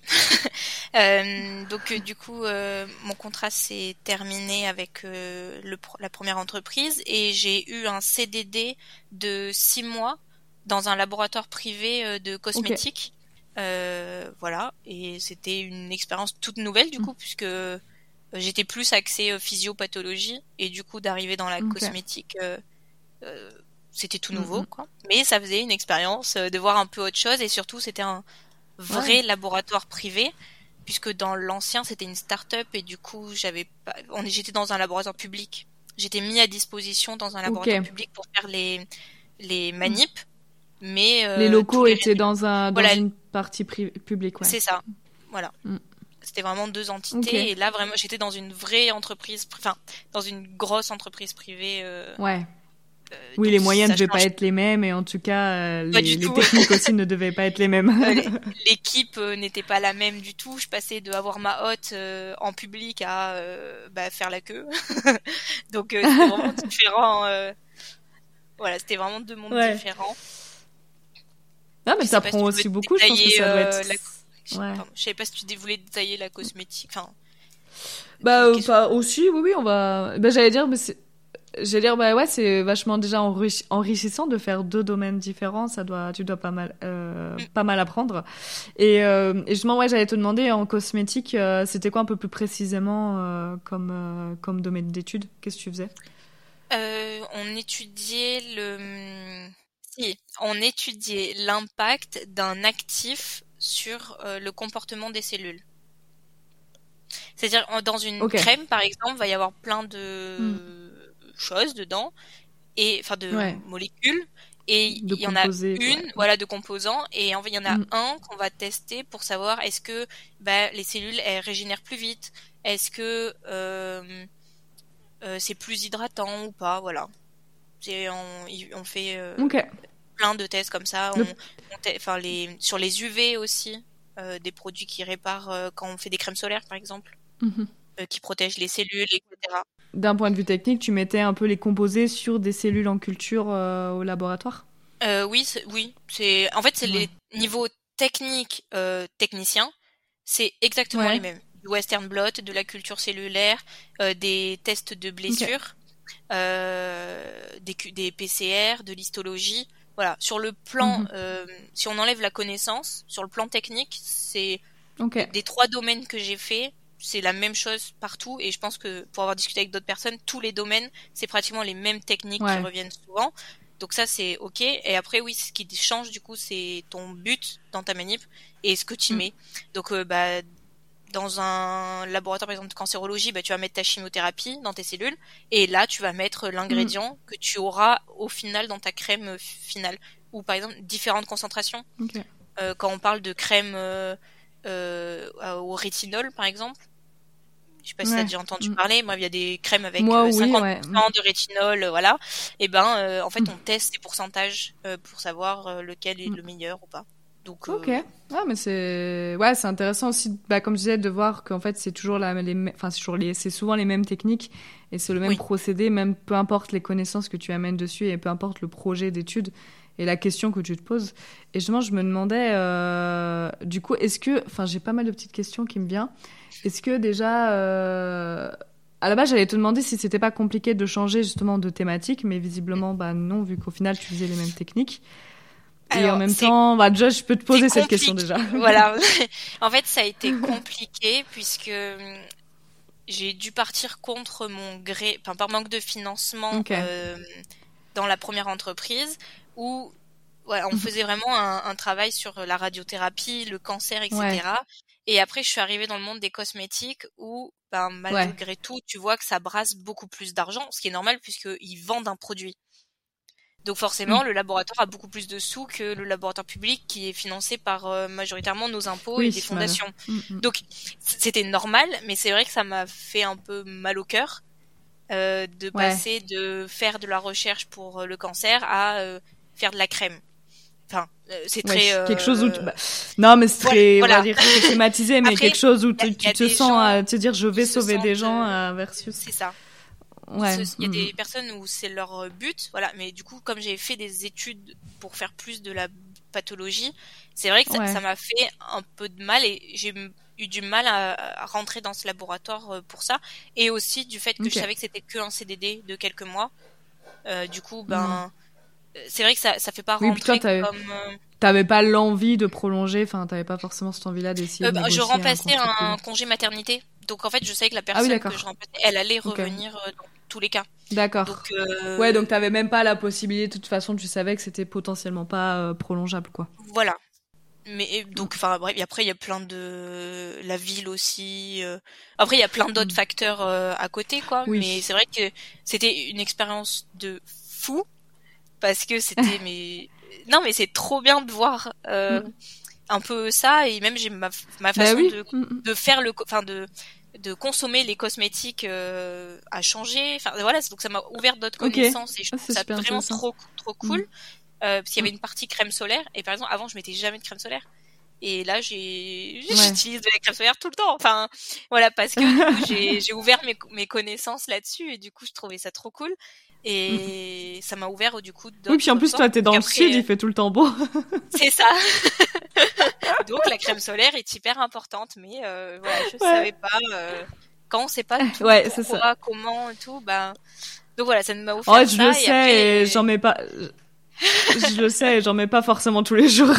Euh, donc euh, du coup, euh, mon contrat s'est terminé avec euh, le, pr- la première entreprise et j'ai eu un C D D de six mois dans un laboratoire privé euh, de Ok. cosmétiques. Euh, voilà, et c'était une expérience toute nouvelle du Mm. coup puisque euh, j'étais plus axée euh, physiopathologie et du coup d'arriver dans la Ok. cosmétique, euh, euh, c'était tout Mm, nouveau mm. quoi. Mais ça faisait une expérience euh, de voir un peu autre chose et surtout c'était un Ouais. vrai laboratoire privé puisque dans l'ancien c'était une start-up et du coup j'avais pas on j'étais dans un laboratoire public. J'étais mis à disposition dans un Ok. laboratoire public pour faire les les Mm. manips mais Les euh, tous locaux les étaient résultats dans un, dans voilà, une partie pri- publique, ouais. c'est ça. Voilà. Mm. C'était vraiment deux Ok. entités et là vraiment j'étais dans une vraie entreprise enfin dans une grosse entreprise privée euh, Ouais. euh, Oui, donc les moyens ne ça devaient pas change être les mêmes, et en tout cas, euh, pas les, du les tout. techniques aussi ne devaient pas être les mêmes. Euh, l'équipe euh, n'était pas la même du tout. Je passais de avoir ma hotte euh, en public à euh, bah, faire la queue. Donc euh, c'était vraiment différent. euh, Voilà, c'était vraiment deux mondes Ouais. différents. Ah, Je mais sais pas si t'apprends tu veux aussi beaucoup, je pense que détailler ça doit être... euh, la. Je Ouais. pardon, je savais pas si tu dé- voulais détailler la cosmétique. Enfin, Bah, que- euh, qu'est-ce que. pas aussi, oui, oui, on va... Bah, j'allais dire, mais c'est... J'allais dire, bah ouais, c'est vachement déjà enrichi- enrichissant de faire deux domaines différents. Ça doit, tu dois pas mal, euh, Mm. pas mal apprendre. Et, euh, et justement, ouais, j'allais te demander en cosmétique, euh, c'était quoi un peu plus précisément euh, comme, euh, comme domaine d'études? Qu'est-ce que tu faisais? Euh, on étudiait le. Si, on étudiait l'impact d'un actif sur euh, le comportement des cellules. C'est-à-dire, en- dans une Ok. crème, par exemple, va y avoir plein Hmm. de choses dedans, et enfin de Ouais. molécules, et De il y en a composer, ouais. une, voilà, de composants, et en fait, il y en a Hmm. un qu'on va tester pour savoir est-ce que bah, les cellules elles régénèrent plus vite, est-ce que euh, euh, c'est plus hydratant ou pas, voilà. C'est on, on fait euh, Ok. plein de tests comme ça. On, Le- on te- enfin les sur les U V aussi, euh, des produits qui réparent euh, quand on fait des crèmes solaires par exemple, Mhm. euh, qui protègent les cellules, et cetera. D'un point de vue technique, tu mettais un peu les composés sur des cellules en culture euh, au laboratoire? Euh, oui, c'est- oui, c'est en fait c'est Ouais. les niveaux techniques euh, techniciens, c'est exactement les Ouais. mêmes. Du Western blot, de la culture cellulaire, euh, des tests de Ok. blessures, euh, des, Q- des P C R, de l'histologie. Voilà, sur le plan, Mhm. euh, si on enlève la connaissance, sur le plan technique, c'est Ok. des trois domaines que j'ai fait, c'est la même chose partout. Et je pense que pour avoir discuté avec d'autres personnes, tous les domaines, c'est pratiquement les mêmes techniques qui Ouais. reviennent souvent. Donc ça, c'est ok. Et après, oui, ce qui change du coup, c'est ton but dans ta manip et ce que tu Mm. mets. Donc, euh, bah, dans un laboratoire, par exemple, de cancérologie, bah, tu vas mettre ta chimiothérapie dans tes cellules. Et là, tu vas mettre Mm. l'ingrédient que tu auras au final dans ta crème euh, finale. Ou par exemple, différentes concentrations. Ok. Euh, quand on parle de crème euh, euh, au rétinol, par exemple, je sais pas si tu as Ouais. déjà entendu Mm. parler, moi il y a des crèmes avec Moi, euh, oui, ouais. Mm. cinquante pour cent de rétinol, euh, voilà. Et ben euh, en fait Mm. on teste les pourcentages euh, pour savoir euh, lequel est Mm. le meilleur ou pas. Donc Ok. euh, Ah, mais c'est ouais, c'est intéressant aussi, bah, comme je disais, de voir qu'en fait c'est toujours la, les, mê- enfin c'est toujours les, c'est souvent les mêmes techniques et c'est le même oui, procédé, même peu importe les connaissances que tu amènes dessus et peu importe le projet d'étude et la question que tu te poses. Et justement, je me demandais, euh, du coup, est-ce que, enfin, j'ai pas mal de petites questions qui me viennent. Est-ce que déjà, euh, à la base, j'allais te demander si c'était pas compliqué de changer justement de thématique, mais visiblement, bah non, vu qu'au final tu faisais les mêmes techniques. Et en alors même c'est temps, bah déjà, je peux te c'est poser cette question compliqué, déjà. voilà. En fait ça a été compliqué puisque hum, j'ai dû partir contre mon gré, enfin par manque de financement Ok. euh, dans la première entreprise où voilà, on Mhm. faisait vraiment un, un travail sur la radiothérapie, le cancer, Ouais, et cetera. Et après, je suis arrivée dans le monde des cosmétiques où, ben, ouais, malgré tout, tu vois que ça brasse beaucoup plus d'argent, ce qui est normal puisqu'ils vendent un produit. Donc forcément, oui, le laboratoire a beaucoup plus de sous que le laboratoire public qui est financé par euh, majoritairement nos impôts et des oui, mal. fondations. Mm, mm. Donc c'était normal, mais c'est vrai que ça m'a fait un peu mal au cœur euh, de Ouais, passer de faire de la recherche pour euh, le cancer à euh, faire de la crème. Enfin, euh, c'est ouais, très quelque chose où, euh... tu- bah, non, mais c'est voilà, très, on va voilà. dire, c'est schématisé, mais Après, quelque chose où il y a, tu y tu a te des sens gens à te dire, je qui vais se sauver des sentent, gens, euh, euh, versus. c'est ça. Il Ouais. y a Mm, des personnes où c'est leur but, voilà. Mais du coup, comme j'ai fait des études pour faire plus de la pathologie, c'est vrai que mm. ça, Ouais. ça m'a fait un peu de mal et j'ai m- eu du mal à, à rentrer dans ce laboratoire euh, pour ça. Et aussi du fait que je Ok. savais que c'était que un C D D de quelques mois. Euh, du coup, Mm. ben, euh, c'est vrai que ça, ça fait pas Oui, puis toi, rentrer t'avais, comme. euh, t'avais pas l'envie de prolonger, enfin, t'avais pas forcément cette envie-là d'essayer Euh, de bah, je négocier un remplaçais contrat un plus. congé maternité. Donc en fait, je savais que la Ah oui, personne que je d'accord. remplaçais, elle allait Ok. revenir euh, dans tous les cas. Donc D'accord. Ouais, donc euh, t'avais même pas la possibilité, de toute façon, tu savais que c'était potentiellement pas euh, prolongeable, quoi. voilà. Mais et Mm, donc enfin bref, et après il y a plein de la ville aussi. euh. Après il y a plein d'autres mm. facteurs euh, à côté quoi. Mais Oui. c'est vrai que c'était une expérience de fou parce que c'était mais non mais c'est trop bien de voir euh, Mm. un peu ça et même j'ai ma ma Bah façon oui. de Mm, mm. de faire le co- enfin de de consommer les cosmétiques euh, a changé enfin voilà donc ça m'a ouvert d'autres Ok. connaissances et je Ah, trouve c'est ça super vraiment intéressant. trop trop Mm, cool euh, parce qu'il y mm. avait une partie crème solaire et par exemple avant je mettais jamais de crème solaire et là j'ai Ouais. j'utilise de la crème solaire tout le temps enfin voilà parce que du coup j'ai j'ai ouvert mes mes connaissances là-dessus et du coup je trouvais ça trop cool Mm. et ça m'a ouvert du coup Oui, puis en d'autres plus, toi, portes t'es parce dans le sud, qu'après euh, il fait tout le temps beau. c'est ça. Donc la crème solaire est hyper importante, mais euh, voilà, je Ouais. savais pas euh, quand on sait pas tout, Ouais, c'est ça. pourquoi, comment et tout, bah donc voilà, ça m'a En fait, offert je le ça et sais et après j'en mets pas. Je le sais et j'en mets pas forcément tous les jours.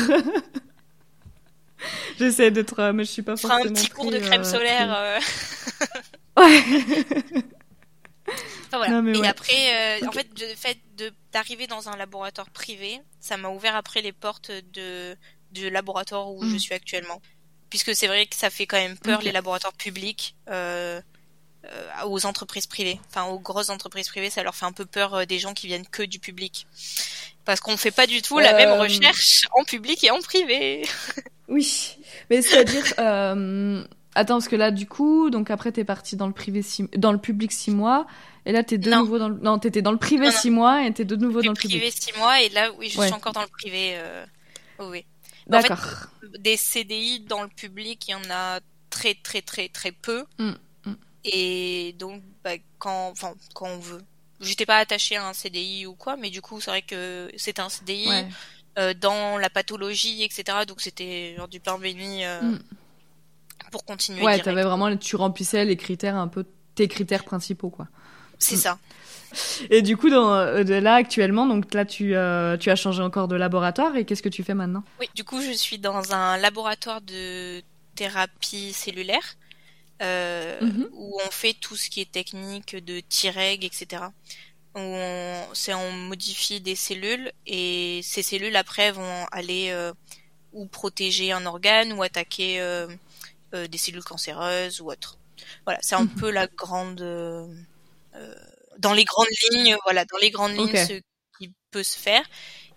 J'essaie d'être, euh, mais je suis pas je ferai un forcément petit cours de très, crème euh, solaire. très. euh, Ouais. Enfin voilà. Non mais Et ouais. après, euh, en Ok. fait, le fait de d'arriver dans un laboratoire privé, ça m'a ouvert après les portes de du laboratoire où je Mm. suis actuellement. Puisque c'est vrai que ça fait quand même peur Ok. les laboratoires publics. Euh, euh, aux entreprises privées, enfin aux grosses entreprises privées, ça leur fait un peu peur euh, des gens qui viennent que du public, parce qu'on fait pas du tout la même Euh, recherche en public et en privé. oui, mais c'est-à-dire, euh, Attends, parce que là, du coup, donc après, t'es partie dans le privé six... dans le public six mois, et là, t'es de Non. nouveau dans le... Non, t'étais dans le privé six mois, et t'es de nouveau dans le public. Privé six mois, et là, oui, je Ouais. suis encore dans le privé. Euh... Oh, oui. D'accord. En fait, des C D I dans le public, il y en a très, très, très, très peu. Mm, mm. Et donc, bah, quand, enfin, quand on veut. J'étais pas attachée à un C D I ou quoi, mais du coup, c'est vrai que c'était un C D I Ouais. euh, dans la pathologie, et cetera. Donc, c'était genre du pain béni euh, Mm. pour continuer. Ouais, direct. t'avais vraiment, tu remplissais les critères un peu, tes critères principaux, quoi. C'est Mm. ça. Et du coup, dans, euh, de là actuellement, donc là, tu, euh, tu as changé encore de laboratoire, et qu'est-ce que tu fais maintenant? Oui, du coup, je suis dans un laboratoire de thérapie cellulaire. Euh, Mhm. où on fait tout ce qui est technique de T-reg, et cetera. Où on, c'est, on modifie des cellules et ces cellules après vont aller euh, ou protéger un organe ou attaquer euh, euh, des cellules cancéreuses ou autre. Voilà, c'est un Mhm. peu la grande, euh, euh, dans les grandes lignes, voilà, dans les grandes lignes, Ok. ce qui peut se faire.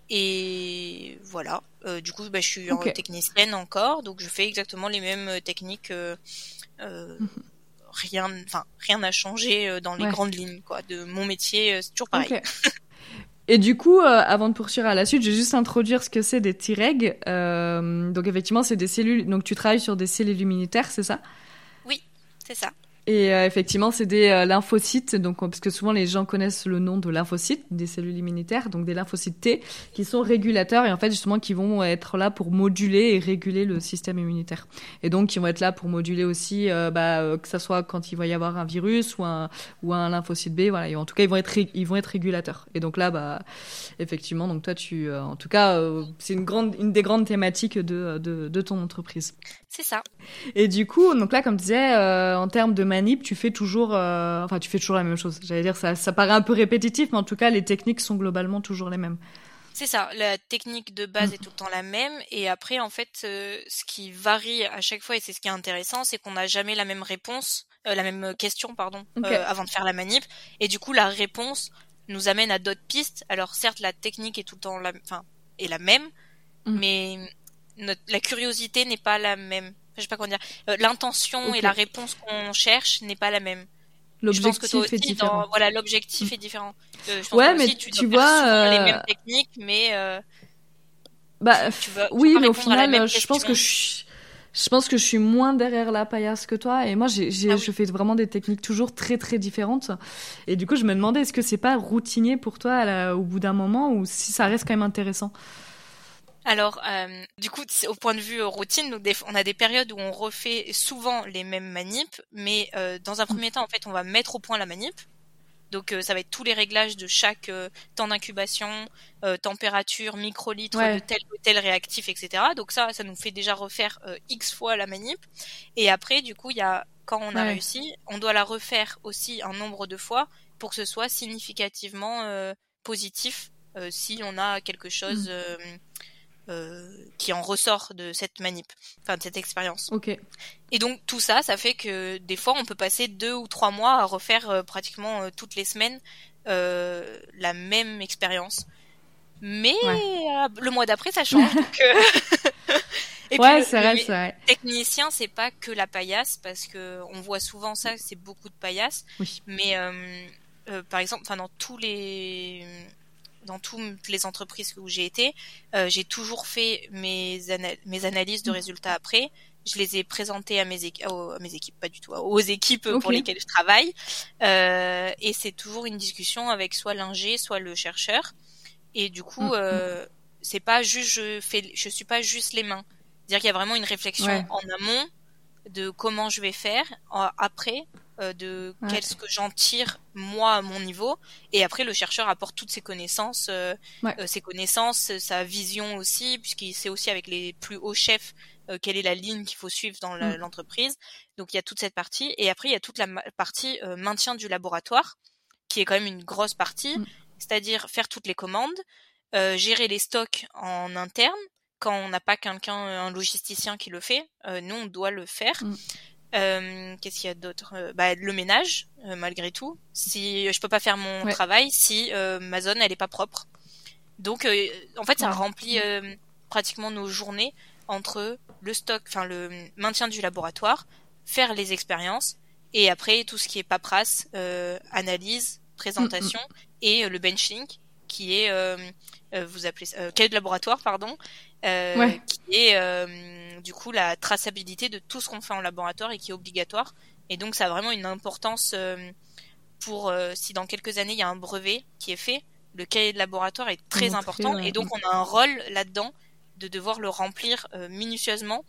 Et voilà, euh, du coup, bah, je suis Ok. en technicienne encore, donc je fais exactement les mêmes techniques. Euh, euh, Mhm. rien, enfin rien n'a changé euh, dans les Ouais. grandes lignes, quoi. De mon métier, euh, c'est toujours pareil. Ok. Et du coup, euh, avant de poursuivre à la suite, je vais juste introduire ce que c'est des T-reg. Euh, donc effectivement, c'est des cellules. Donc tu travailles sur des cellules immunitaires, c'est ça? Oui, c'est ça. Et euh, effectivement, c'est des euh, lymphocytes, donc parce que souvent les gens connaissent le nom de lymphocytes, des cellules immunitaires, donc des lymphocytes T, qui sont régulateurs et en fait justement qui vont être là pour moduler et réguler le système immunitaire. Et donc qui vont être là pour moduler aussi, euh, bah, euh, que ça soit quand il va y avoir un virus ou un ou un lymphocyte B, voilà. Et en tout cas, ils vont être ré- ils vont être régulateurs. Et donc là, bah, effectivement, donc toi, tu, euh, en tout cas, euh, c'est une grande, une des grandes thématiques de de, de ton entreprise. C'est ça. Et du coup, donc là, comme tu disais, euh, en termes de manip, tu fais toujours, euh, enfin, tu fais toujours la même chose. J'allais dire, ça, ça paraît un peu répétitif, mais en tout cas, les techniques sont globalement toujours les mêmes. C'est ça. La technique de base Mm. est tout le temps la même. Et après, en fait, euh, ce qui varie à chaque fois, et c'est ce qui est intéressant, c'est qu'on n'a jamais la même réponse, euh, la même question, pardon, Ok. euh, avant de faire la manip. Et du coup, la réponse nous amène à d'autres pistes. Alors, certes, la technique est tout le temps la, enfin, est la même, Mm. mais notre, la curiosité n'est pas la même. Je sais pas comment dire. Euh, l'intention Ok. et la réponse qu'on cherche n'est pas la même. Je pense que toi L'objectif est aussi, différent. dans, voilà, l'objectif Mm. est différent. Euh, je pense Ouais, que mais aussi, tu, tu dois faire vois, souvent euh, les mêmes techniques, mais euh, bah, tu, tu vas, tu oui, vas mais au répondre à la final, même euh, je pense question. que je suis, je pense que je suis moins derrière la paillasse que toi. Et moi, j'ai, j'ai, Ah oui. je fais vraiment des techniques toujours très, très différentes. Et du coup, je me demandais, est-ce que c'est pas routinier pour toi à la- au bout d'un moment, ou si ça reste quand même intéressant? Alors, euh, du coup, c'est au point de vue euh, routine, donc des, on a des périodes où on refait souvent les mêmes manips, mais euh, dans un premier temps, en fait, on va mettre au point la manip. Donc, euh, ça va être tous les réglages de chaque euh, temps d'incubation, euh, température, microlitres Ouais. de tel ou tel réactif, et cetera. Donc ça, ça nous fait déjà refaire euh, X fois la manip. Et après, du coup, il y a quand on a Ouais. réussi, on doit la refaire aussi un nombre de fois pour que ce soit significativement euh, positif euh, si on a quelque chose Mm. euh, euh, qui en ressort de cette manip, enfin de cette expérience. Ok. Et donc tout ça, ça fait que des fois on peut passer deux ou trois mois à refaire euh, pratiquement euh, toutes les semaines euh, la même expérience. Mais Ouais. euh, le mois d'après ça change. Donc, euh... Et Ouais, puis c'est le, vrai, le c'est vrai. technicien, c'est pas que la paillasse parce que on voit souvent ça, c'est beaucoup de paillasse. Oui. Mais euh, euh, par exemple, enfin dans tous les dans toutes les entreprises où j'ai été, euh, j'ai toujours fait mes, ana- mes analyses de résultats après. Je les ai présentées à mes, équ- oh, à mes équipes, pas du tout, aux équipes Ok. pour lesquelles je travaille. Euh, et c'est toujours une discussion avec soit l'ingé, soit le chercheur. Et du coup, Mm. euh, c'est pas juste, je fais, je suis pas juste les mains. C'est-à-dire qu'il y a vraiment une réflexion Ouais. en amont de comment je vais faire, en- après, euh, de Ouais. qu'est-ce que j'en tire moi à mon niveau, et après le chercheur apporte toutes ses connaissances, euh, Ouais. euh, ses connaissances, sa vision aussi, puisqu'il sait aussi avec les plus hauts chefs euh, quelle est la ligne qu'il faut suivre dans la- Mm. l'entreprise. Donc il y a toute cette partie, et après il y a toute la ma- partie euh, maintien du laboratoire, qui est quand même une grosse partie, Mm. c'est-à-dire faire toutes les commandes, euh, gérer les stocks en interne. Quand on n'a pas quelqu'un, un logisticien qui le fait, euh, nous on doit le faire. Mm. Euh, qu'est-ce qu'il y a d'autre? euh, bah, le ménage, euh, malgré tout. Si je peux pas faire mon Ouais. travail, si euh, ma zone elle est pas propre. Donc, euh, en fait, ça Ouais. remplit euh, pratiquement nos journées entre le stock, enfin le maintien du laboratoire, faire les expériences, et après tout ce qui est paperasse, euh, analyse, présentation mmh, mmh. et euh, le benching qui est euh, euh, vous appelez ça, euh, cahier de laboratoire pardon, euh, ouais. qui est euh, du coup la traçabilité de tout ce qu'on fait en laboratoire et qui est obligatoire. Et donc ça a vraiment une importance euh, pour euh, si dans quelques années il y a un brevet qui est fait, le cahier de laboratoire est très Montré, important ouais. et donc on a un rôle là-dedans de devoir le remplir euh, minutieusement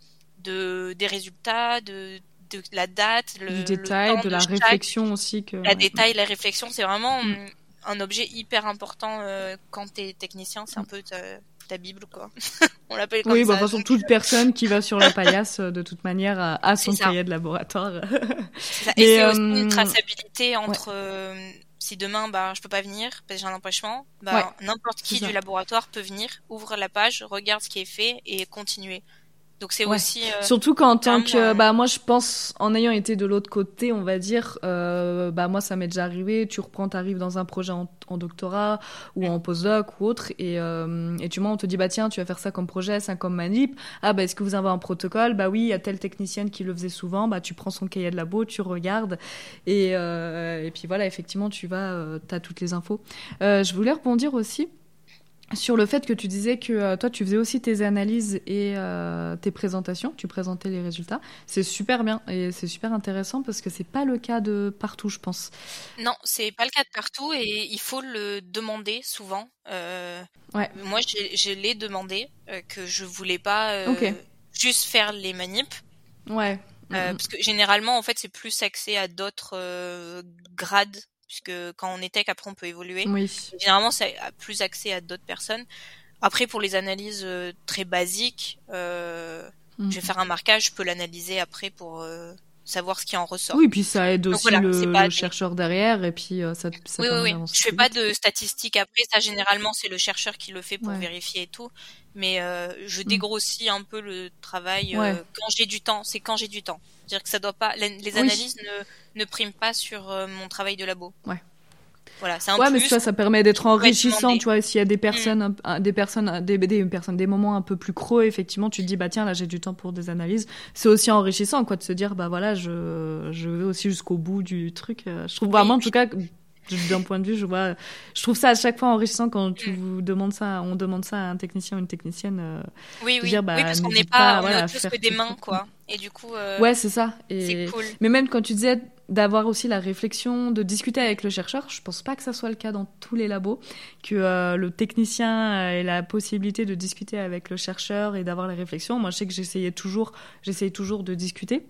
de des résultats, de de la date, le, du détail, le temps de, de la chaque, réflexion aussi que la ouais. détail, la réflexion, c'est vraiment mm. un objet hyper important euh, quand t'es technicien, c'est un peu ta, ta bible quoi. On l'appelle comme oui, ça. Oui, bah, de toute façon, toute personne qui va sur la paillasse, de toute manière, a, a son cahier de laboratoire. C'est ça. Et, et c'est euh... aussi une traçabilité entre ouais. euh, si demain bah je peux pas venir parce que j'ai un empêchement, bah ouais. n'importe qui du laboratoire peut venir, ouvre la page, regarde ce qui est fait et continuer. Donc c'est ouais. aussi euh, surtout qu'en tant que euh... bah moi je pense en ayant été de l'autre côté on va dire euh, bah moi ça m'est déjà arrivé, tu reprends t'arrives dans un projet en, en doctorat ou en postdoc ou autre et euh, et tu vois on te dit bah tiens tu vas faire ça comme projet, ça comme manip, ah bah est-ce que vous avez un protocole, bah oui il y a telle technicienne qui le faisait souvent, bah tu prends son cahier de labo, tu regardes et euh, et puis voilà effectivement tu vas euh, t'as toutes les infos. Euh, je voulais rebondir aussi sur le fait que tu disais que euh, toi, tu faisais aussi tes analyses et euh, tes présentations, tu présentais les résultats. C'est super bien et c'est super intéressant parce que c'est pas le cas de partout, je pense. Non, c'est pas le cas de partout et il faut le demander souvent. Euh, ouais. Moi, je, je l'ai demandé euh, que je voulais pas euh, okay. juste faire les manips. Ouais. Euh, mm-hmm. Parce que généralement, en fait, c'est plus accès à d'autres euh, grades. Puisque quand on est tech, après on peut évoluer. Oui. Généralement, ça a plus accès à d'autres personnes. Après, pour les analyses euh, très basiques, euh, mmh. je vais faire un marquage, je peux l'analyser après pour euh, savoir ce qui en ressort. Oui, puis ça aide aussi voilà, le, pas le des... chercheur derrière, et puis euh, ça, ça oui, permet oui, d'avancer. Je fais pas de statistiques après, ça généralement c'est le chercheur qui le fait pour ouais. vérifier et tout. Mais euh, je dégrossis mmh. un peu le travail euh, ouais. quand j'ai du temps. C'est quand j'ai du temps. C'est-à-dire que ça doit pas, les, les analyses oui. ne ne priment pas sur euh, mon travail de labo. Ouais. Voilà, c'est un ouais, plus. mais tu vois, ça permet d'être enrichissant, tu vois, s'il y a des personnes, mmh. des personnes, des, des personnes, des moments un peu plus creux, effectivement, tu te dis, bah, tiens, là, j'ai du temps pour des analyses. C'est aussi enrichissant, quoi, de se dire, bah, voilà, je, je vais aussi jusqu'au bout du truc. Je trouve vraiment, oui. en tout cas, d'un point de vue, je vois, je trouve ça à chaque fois enrichissant quand tu mmh. vous demandes ça, on demande ça à un technicien ou une technicienne. Euh, oui, oui. Dire, bah, oui, parce qu'on n'est pas, pas, on voilà, a tous que des mains, quoi. Et du coup, euh, ouais, c'est ça. Et... c'est cool. Mais même quand tu disais, d'avoir aussi la réflexion, de discuter avec le chercheur. Je pense pas que ça soit le cas dans tous les labos, que euh, le technicien ait la possibilité de discuter avec le chercheur et d'avoir la réflexion. Moi, je sais que j'essayais toujours, j'essayais toujours de discuter.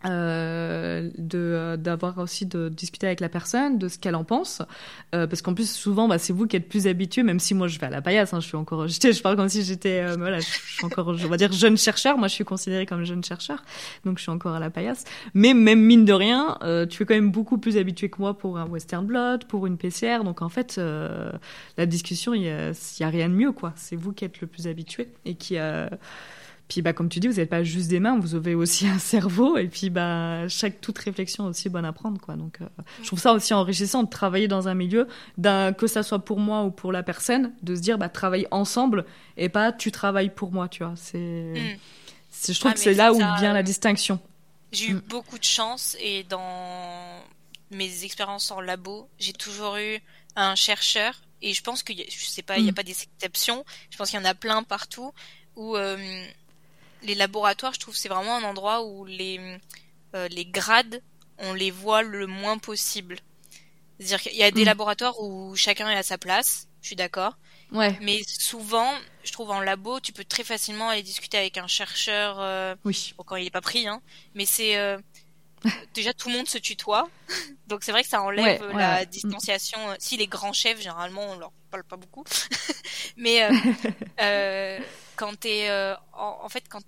Euh, de d'avoir aussi de discuter avec la personne de ce qu'elle en pense euh, parce qu'en plus souvent bah c'est vous qui êtes plus habitué, même si moi je vais à la paillasse hein, je suis encore j'étais je parle comme si j'étais euh, voilà je suis encore on va dire jeune chercheur, moi je suis considérée comme jeune chercheur donc je suis encore à la paillasse, mais même mine de rien euh, tu es quand même beaucoup plus habitué que moi pour un western blot, pour une P C R, donc en fait euh, la discussion il y a, y a rien de mieux quoi, c'est vous qui êtes le plus habitué et qui euh, puis bah comme tu dis, vous n'êtes pas juste des mains, vous avez aussi un cerveau et puis bah chaque toute réflexion est aussi bonne à prendre quoi. Donc euh, je trouve ça aussi enrichissant de travailler dans un milieu, d'un que ça soit pour moi ou pour la personne, de se dire bah travailler ensemble et pas tu travailles pour moi, tu vois. C'est, mm. c'est je trouve ah, que c'est là où ça, vient la distinction. J'ai eu mm. beaucoup de chance et dans mes expériences en labo, j'ai toujours eu un chercheur et je pense que je sais pas, il mm. y a pas d'exception. Je pense qu'il y en a plein partout où euh, les laboratoires, je trouve, c'est vraiment un endroit où les euh, les grades, on les voit le moins possible. C'est-à-dire qu'il y a des mmh. laboratoires où chacun est à sa place, je suis d'accord. Ouais. Mais souvent, je trouve en labo, tu peux très facilement aller discuter avec un chercheur, euh, oui. bon, quand il est pas pris, hein. Mais c'est euh, déjà tout le monde se tutoie, donc c'est vrai que ça enlève ouais, la ouais. distanciation. Mmh. Si les grands chefs, généralement, on leur parle pas beaucoup. Mais euh, euh, quand t'es euh, en, en fait quand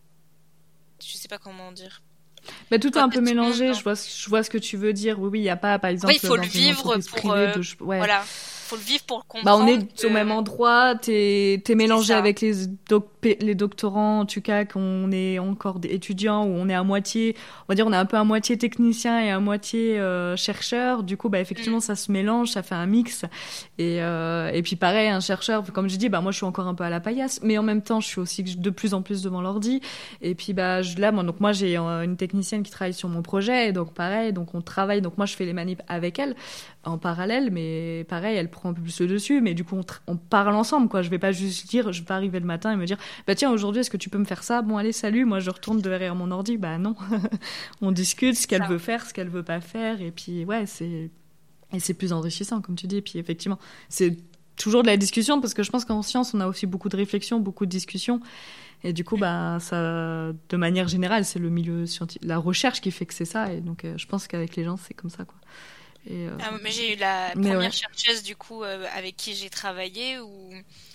je sais pas comment dire. Bah, tout est un peu mélangé. Je vois, je vois ce que tu veux dire. Oui, oui, il y a pas, par exemple, ouais, il faut le vivre pour. Euh, de... ouais. Voilà. faut le vivre pour le comprendre. Bah, on est que... au même endroit, t'es, t'es mélangé ça. avec les, doc, les doctorants, en tout cas, qu'on est encore des étudiants, ou on est à moitié, on va dire, on est un peu à moitié technicien et à moitié euh, chercheur. Du coup, bah, effectivement, mm. ça se mélange, ça fait un mix. Et, euh, et puis, pareil, un chercheur, comme je dis, bah, moi, je suis encore un peu à la paillasse, mais en même temps, je suis aussi de plus en plus devant l'ordi. Et puis, bah, je, là, moi, donc, moi, j'ai une technicienne qui travaille sur mon projet, et donc, pareil, donc, on travaille, donc, moi, je fais les manips avec elle, en parallèle, mais pareil, elle prend un peu plus le dessus, mais du coup, on, tr- on parle ensemble, quoi. Je vais pas juste dire, je vais pas arriver le matin et me dire, bah tiens, aujourd'hui, est-ce que tu peux me faire ça? Bon, allez, salut, moi, je retourne derrière mon ordi. Bah non. On discute ce qu'elle ça. veut faire, ce qu'elle veut pas faire, et puis, ouais, c'est, et c'est plus enrichissant, comme tu dis, et puis, effectivement, c'est toujours de la discussion, parce que je pense qu'en science, on a aussi beaucoup de réflexion, beaucoup de discussions, et du coup, bah, ça, de manière générale, c'est le milieu scientifique, la recherche qui fait que c'est ça, et donc, euh, je pense qu'avec les gens, c'est comme ça, quoi. Et euh... ah, mais j'ai eu la première ouais. chercheuse du coup euh, avec qui j'ai travaillé où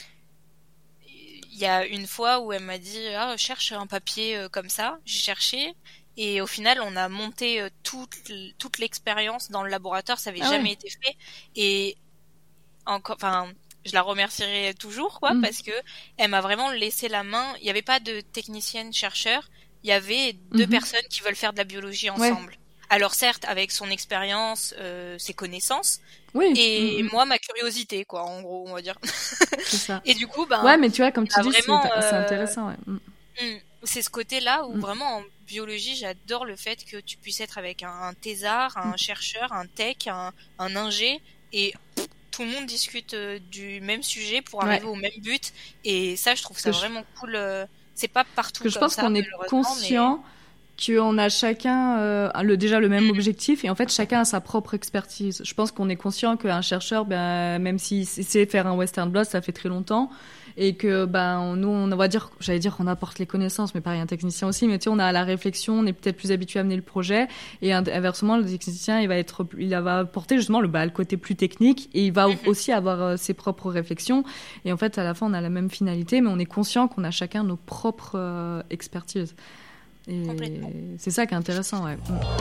il y a une fois où elle m'a dit ah cherche un papier euh, comme ça. J'ai cherché et au final on a monté euh, toute toute l'expérience dans le laboratoire. Ça avait ah jamais ouais. été fait et encore enfin je la remercierai toujours quoi mmh. parce que elle m'a vraiment laissé la main. Il y avait pas de technicienne chercheur. Il y avait deux mmh. personnes qui veulent faire de la biologie ensemble. Ouais. Alors certes, avec son expérience, euh, ses connaissances, oui. et mmh. moi ma curiosité, quoi, en gros, on va dire. C'est ça. Et du coup, ben, ouais, mais tu vois, comme tu dis, vraiment, c'est, euh, c'est intéressant. Ouais. Mm. C'est ce côté-là où mm. vraiment en biologie, j'adore le fait que tu puisses être avec un, un thésard, un mm. chercheur, un tech, un, un ingé, et pff, tout le monde discute euh, du même sujet pour arriver ouais. au même but. Et ça, je trouve ça que vraiment je... cool. Euh, c'est pas partout que comme je pense ça, qu'on est conscient. Mais... qu'on a chacun euh, le, déjà le même objectif et en fait chacun a sa propre expertise. Je pense qu'on est conscient qu'un chercheur, ben, même s'il sait faire un western blot, ça fait très longtemps et que ben, nous, on va dire, j'allais dire qu'on apporte les connaissances, mais pareil, un technicien aussi, mais tu sais, on a la réflexion, on est peut-être plus habitué à mener le projet et inversement, le technicien, il va être, il va apporter justement le, bah, le côté plus technique et il va mm-hmm. aussi avoir euh, ses propres réflexions et en fait, à la fin, on a la même finalité, mais on est conscient qu'on a chacun nos propres euh, expertises. Et c'est ça qui est intéressant, ouais.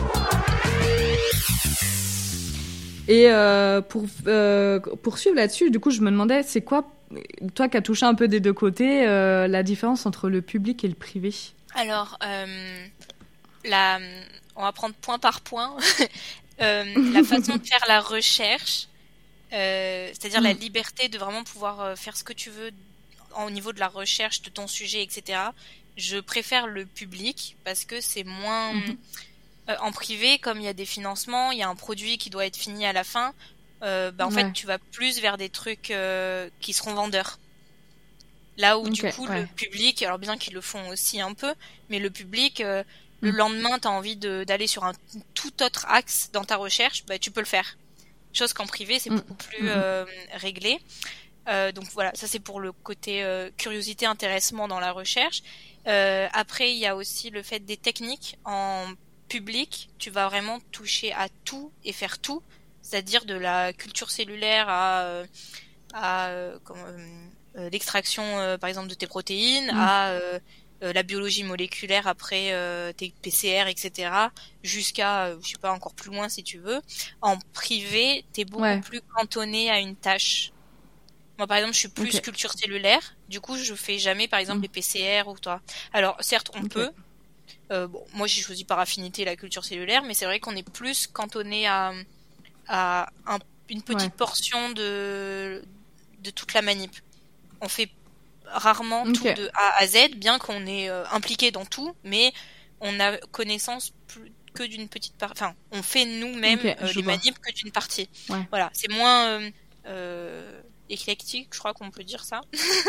Et euh, pour euh, poursuivre là-dessus, du coup, je me demandais, c'est quoi, toi qui as touché un peu des deux côtés, euh, la différence entre le public et le privé? Alors, euh, la, on va prendre point par point. euh, la façon de faire la recherche, euh, c'est-à-dire mm. la liberté de vraiment pouvoir faire ce que tu veux au niveau de la recherche de ton sujet, et cetera. Je préfère le public parce que c'est moins mm-hmm. euh, en privé, comme il y a des financements, il y a un produit qui doit être fini à la fin. Euh, bah, en ouais. fait, tu vas plus vers des trucs euh, qui seront vendeurs. Là où okay, du coup ouais. le public, alors bien qu'ils le font aussi un peu, mais le public, euh, mm. le lendemain, t'as envie de, d'aller sur un tout autre axe dans ta recherche, bah tu peux le faire. Chose qu'en privé, c'est mm. beaucoup plus mm-hmm. euh, réglé. Euh, donc voilà, ça c'est pour le côté euh, curiosité, intéressement dans la recherche. Euh, après, il y a aussi le fait des techniques. En public, tu vas vraiment toucher à tout et faire tout, c'est-à-dire de la culture cellulaire à, à euh, comme, euh, l'extraction, euh, par exemple, de tes protéines, mmh. à euh, la biologie moléculaire après euh, tes P C R, et cetera, jusqu'à, euh, je sais pas, encore plus loin si tu veux. En privé, t'es beaucoup ouais. plus cantonné à une tâche. Moi, par exemple, je suis plus okay. culture cellulaire. Du coup, je fais jamais, par exemple, mmh. les P C R ou toi. Alors, certes, on okay. peut. Euh, bon, moi, j'ai choisi par affinité la culture cellulaire, mais c'est vrai qu'on est plus cantonné à, à un, une petite ouais. portion de, de toute la manip. On fait rarement okay. tout de A à Z, bien qu'on est euh, impliqué dans tout, mais on a connaissance plus que d'une petite partie. Enfin, on fait nous-mêmes okay, euh, les vois. manips que d'une partie. Ouais. Voilà, c'est moins... Euh, euh, éclectique, je crois qu'on peut dire ça.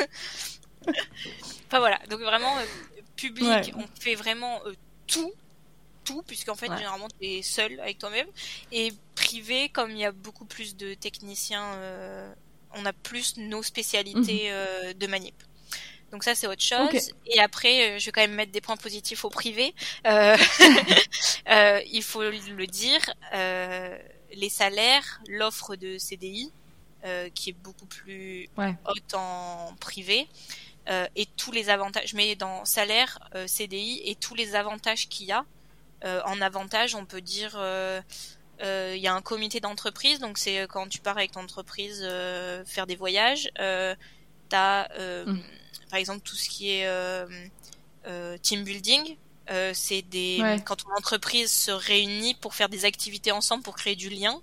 Enfin voilà, donc vraiment euh, public, ouais. on fait vraiment euh, tout, tout, puisqu'en fait ouais. généralement t'es seul avec toi-même. Et privé, comme il y a beaucoup plus de techniciens, euh, on a plus nos spécialités euh, de manip. Donc ça c'est autre chose. Okay. Et après, euh, je vais quand même mettre des points positifs au privé. Euh, euh, il faut le dire, euh, les salaires, l'offre de C D I. Euh, qui est beaucoup plus ouais. haute en privé euh, et tous les avantages, je mets dans salaire, euh, C D I et tous les avantages qu'il y a. Euh, en avantage, on peut dire euh, il euh, y a un comité d'entreprise, donc c'est quand tu pars avec ton entreprise euh, faire des voyages. Euh, t'as euh, mmh. par exemple tout ce qui est euh, euh, team building. Euh, c'est des ouais. quand ton entreprise se réunit pour faire des activités ensemble pour créer du lien.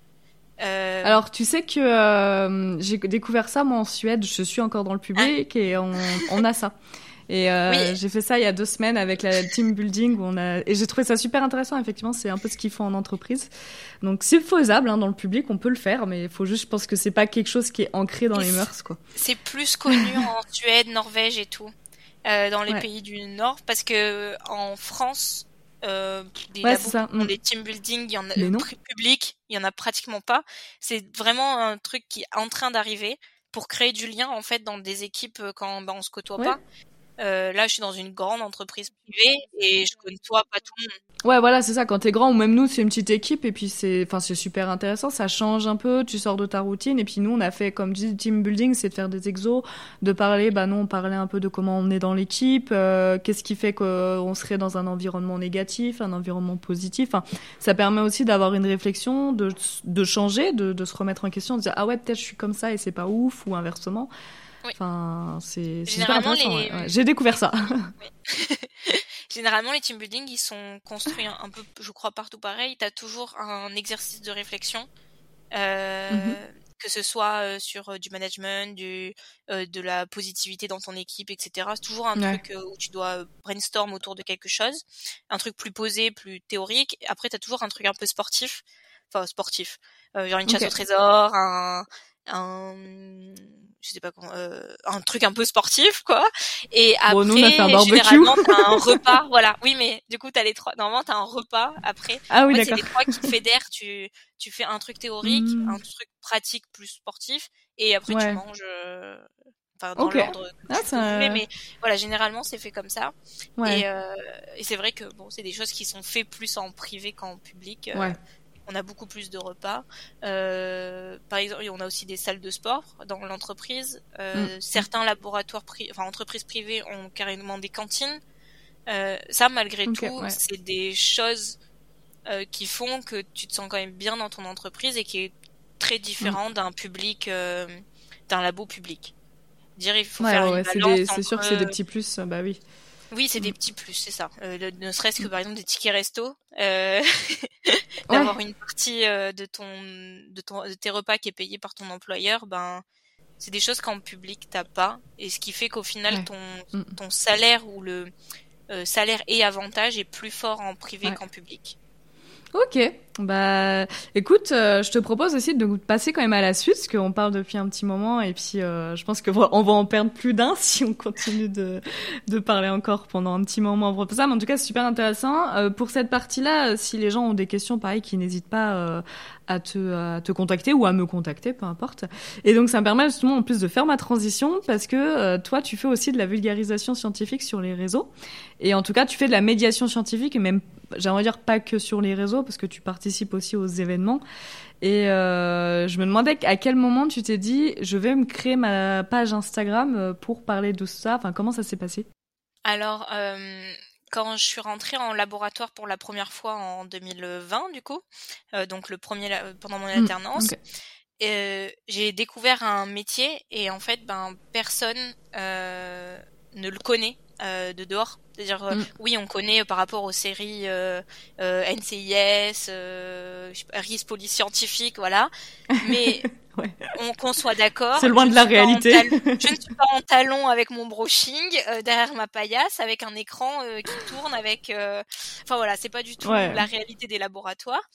Euh... Alors tu sais que euh, j'ai découvert ça moi en Suède. Je suis encore dans le public ah. et on, on a ça. Et euh, oui. j'ai fait ça il y a deux semaines avec la team building où on a et j'ai trouvé ça super intéressant. Effectivement, c'est un peu ce qu'ils font en entreprise. Donc c'est faisable hein, dans le public, on peut le faire, mais il faut juste, je pense que c'est pas quelque chose qui est ancré dans et les mœurs quoi. C'est plus connu en Suède, Norvège et tout, euh, dans les ouais. pays du Nord, parce que en France, euh, des ouais, labos, mmh. des team building, il y en a le public, il y en a pratiquement pas. C'est vraiment un truc qui est en train d'arriver pour créer du lien en fait dans des équipes quand bah, on se côtoie ouais. pas. Euh, là, je suis dans une grande entreprise privée et je côtoie pas tout le monde. Ouais, voilà, c'est ça. Quand t'es grand, ou même nous, c'est une petite équipe et puis c'est, enfin, c'est super intéressant. Ça change un peu. Tu sors de ta routine et puis nous, on a fait, comme dit, team building, c'est de faire des exos, de parler. Bah, nous, on parlait un peu de comment on est dans l'équipe, euh, qu'est-ce qui fait qu'on serait dans un environnement négatif, un environnement positif. Enfin, ça permet aussi d'avoir une réflexion, de, de changer, de, de se remettre en question, de dire ah ouais, peut-être je suis comme ça et c'est pas ouf ou inversement. Oui. Enfin, c'est, c'est super intéressant. Les... Ouais. Ouais. J'ai découvert ça. Oui. Généralement, les team building, ils sont construits un, un peu, je crois, partout pareil. T'as toujours un exercice de réflexion, euh, mm-hmm. que ce soit euh, sur euh, du management, du, euh, de la positivité dans ton équipe, et cetera. C'est toujours un ouais. truc euh, où tu dois brainstorm autour de quelque chose, un truc plus posé, plus théorique. Après, t'as toujours un truc un peu sportif, enfin sportif, euh, genre une chasse okay. au trésor, un un je sais pas comment euh, un truc un peu sportif quoi et après bon, nous, on a fait un généralement t'as un repas voilà oui mais du coup t'as les trois normalement t'as un repas après ah oui en fait, d'accord c'est les trois qui te fédèrent tu tu fais un truc théorique mmh. un truc pratique plus sportif et après ouais. tu manges euh... enfin dans okay. l'ordre que ah, tu ça... voulais, mais voilà généralement c'est fait comme ça ouais. et, euh, et c'est vrai que bon c'est des choses qui sont faites plus en privé qu'en public euh, ouais. On a beaucoup plus de repas. Euh, par exemple, on a aussi des salles de sport dans l'entreprise. Euh, mmh. Certains laboratoires, pri- enfin entreprises privées, ont carrément des cantines. Euh, ça, malgré okay, tout, ouais. c'est des choses euh, qui font que tu te sens quand même bien dans ton entreprise et qui est très différent mmh. d'un public, euh, d'un labo public. Dire, il faut ouais, faire ouais, une c'est balance. Des, entre... C'est sûr que c'est des petits plus. Bah oui. Oui, c'est mmh. des petits plus, c'est ça. Euh, le, ne serait-ce que par exemple des tickets resto, euh, d'avoir ouais. une partie euh, de ton, de ton, de tes repas qui est payée par ton employeur, ben c'est des choses qu'en public t'as pas, et ce qui fait qu'au final ouais. ton, mmh. ton salaire ou le euh, salaire et avantage est plus fort en privé ouais. qu'en public. Ok, bah écoute, euh, je te propose aussi de passer quand même à la suite, parce qu'on parle depuis un petit moment, et puis euh, je pense que on va en perdre plus d'un si on continue de de parler encore pendant un petit moment pour ça. Mais en tout cas, c'est super intéressant. Euh, pour cette partie-là, si les gens ont des questions, pareil, qu'ils n'hésitent pas euh, à te à te contacter ou à me contacter, peu importe. Et donc ça me permet justement en plus de faire ma transition, parce que euh, toi, tu fais aussi de la vulgarisation scientifique sur les réseaux, et en tout cas, tu fais de la médiation scientifique, et même j'aimerais dire pas que sur les réseaux, parce que tu participes aussi aux événements. Et euh, je me demandais à quel moment tu t'es dit je vais me créer ma page Instagram pour parler de ça. Enfin, comment ça s'est passé? Alors, euh, quand je suis rentrée en laboratoire pour la première fois en deux mille vingt, du coup, euh, donc le premier pendant mon alternance, mmh, okay. euh, j'ai découvert un métier et en fait, ben personne euh, ne le connaît euh, de dehors. C'est-à-dire, euh, mm. oui, on connaît par rapport aux séries euh, euh, N C I S, euh, R I S Police Scientifique, voilà. Mais ouais. on, qu'on soit d'accord, c'est loin de la réalité. Talon, je ne suis pas en talon avec mon brushing euh, derrière ma paillasse, avec un écran euh, qui tourne, avec. Euh... Enfin voilà, c'est pas du tout ouais. la réalité des laboratoires.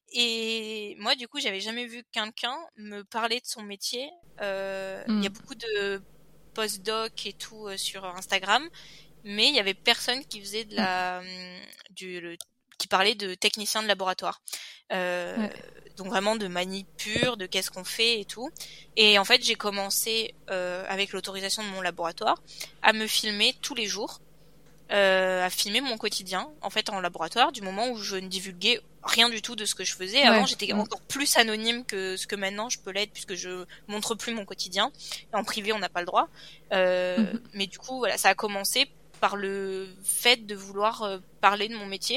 Et moi, du coup, j'avais jamais vu quelqu'un me parler de son métier. Euh, mm. Il y a beaucoup de post-doc et tout euh, sur Instagram. Mais il y avait personne qui faisait de la, du, le, qui parlait de technicien de laboratoire. Euh, ouais. Donc vraiment de manip pure, de qu'est-ce qu'on fait et tout. Et en fait, j'ai commencé, euh, avec l'autorisation de mon laboratoire, à me filmer tous les jours, euh, à filmer mon quotidien, en fait, en laboratoire, du moment où je ne divulguais rien du tout de ce que je faisais. Ouais. Avant, j'étais mmh. encore plus anonyme que ce que maintenant je peux l'être, puisque je montre plus mon quotidien. En privé, on n'a pas le droit. Euh, mmh. Mais du coup, voilà, ça a commencé par le fait de vouloir euh, parler de mon métier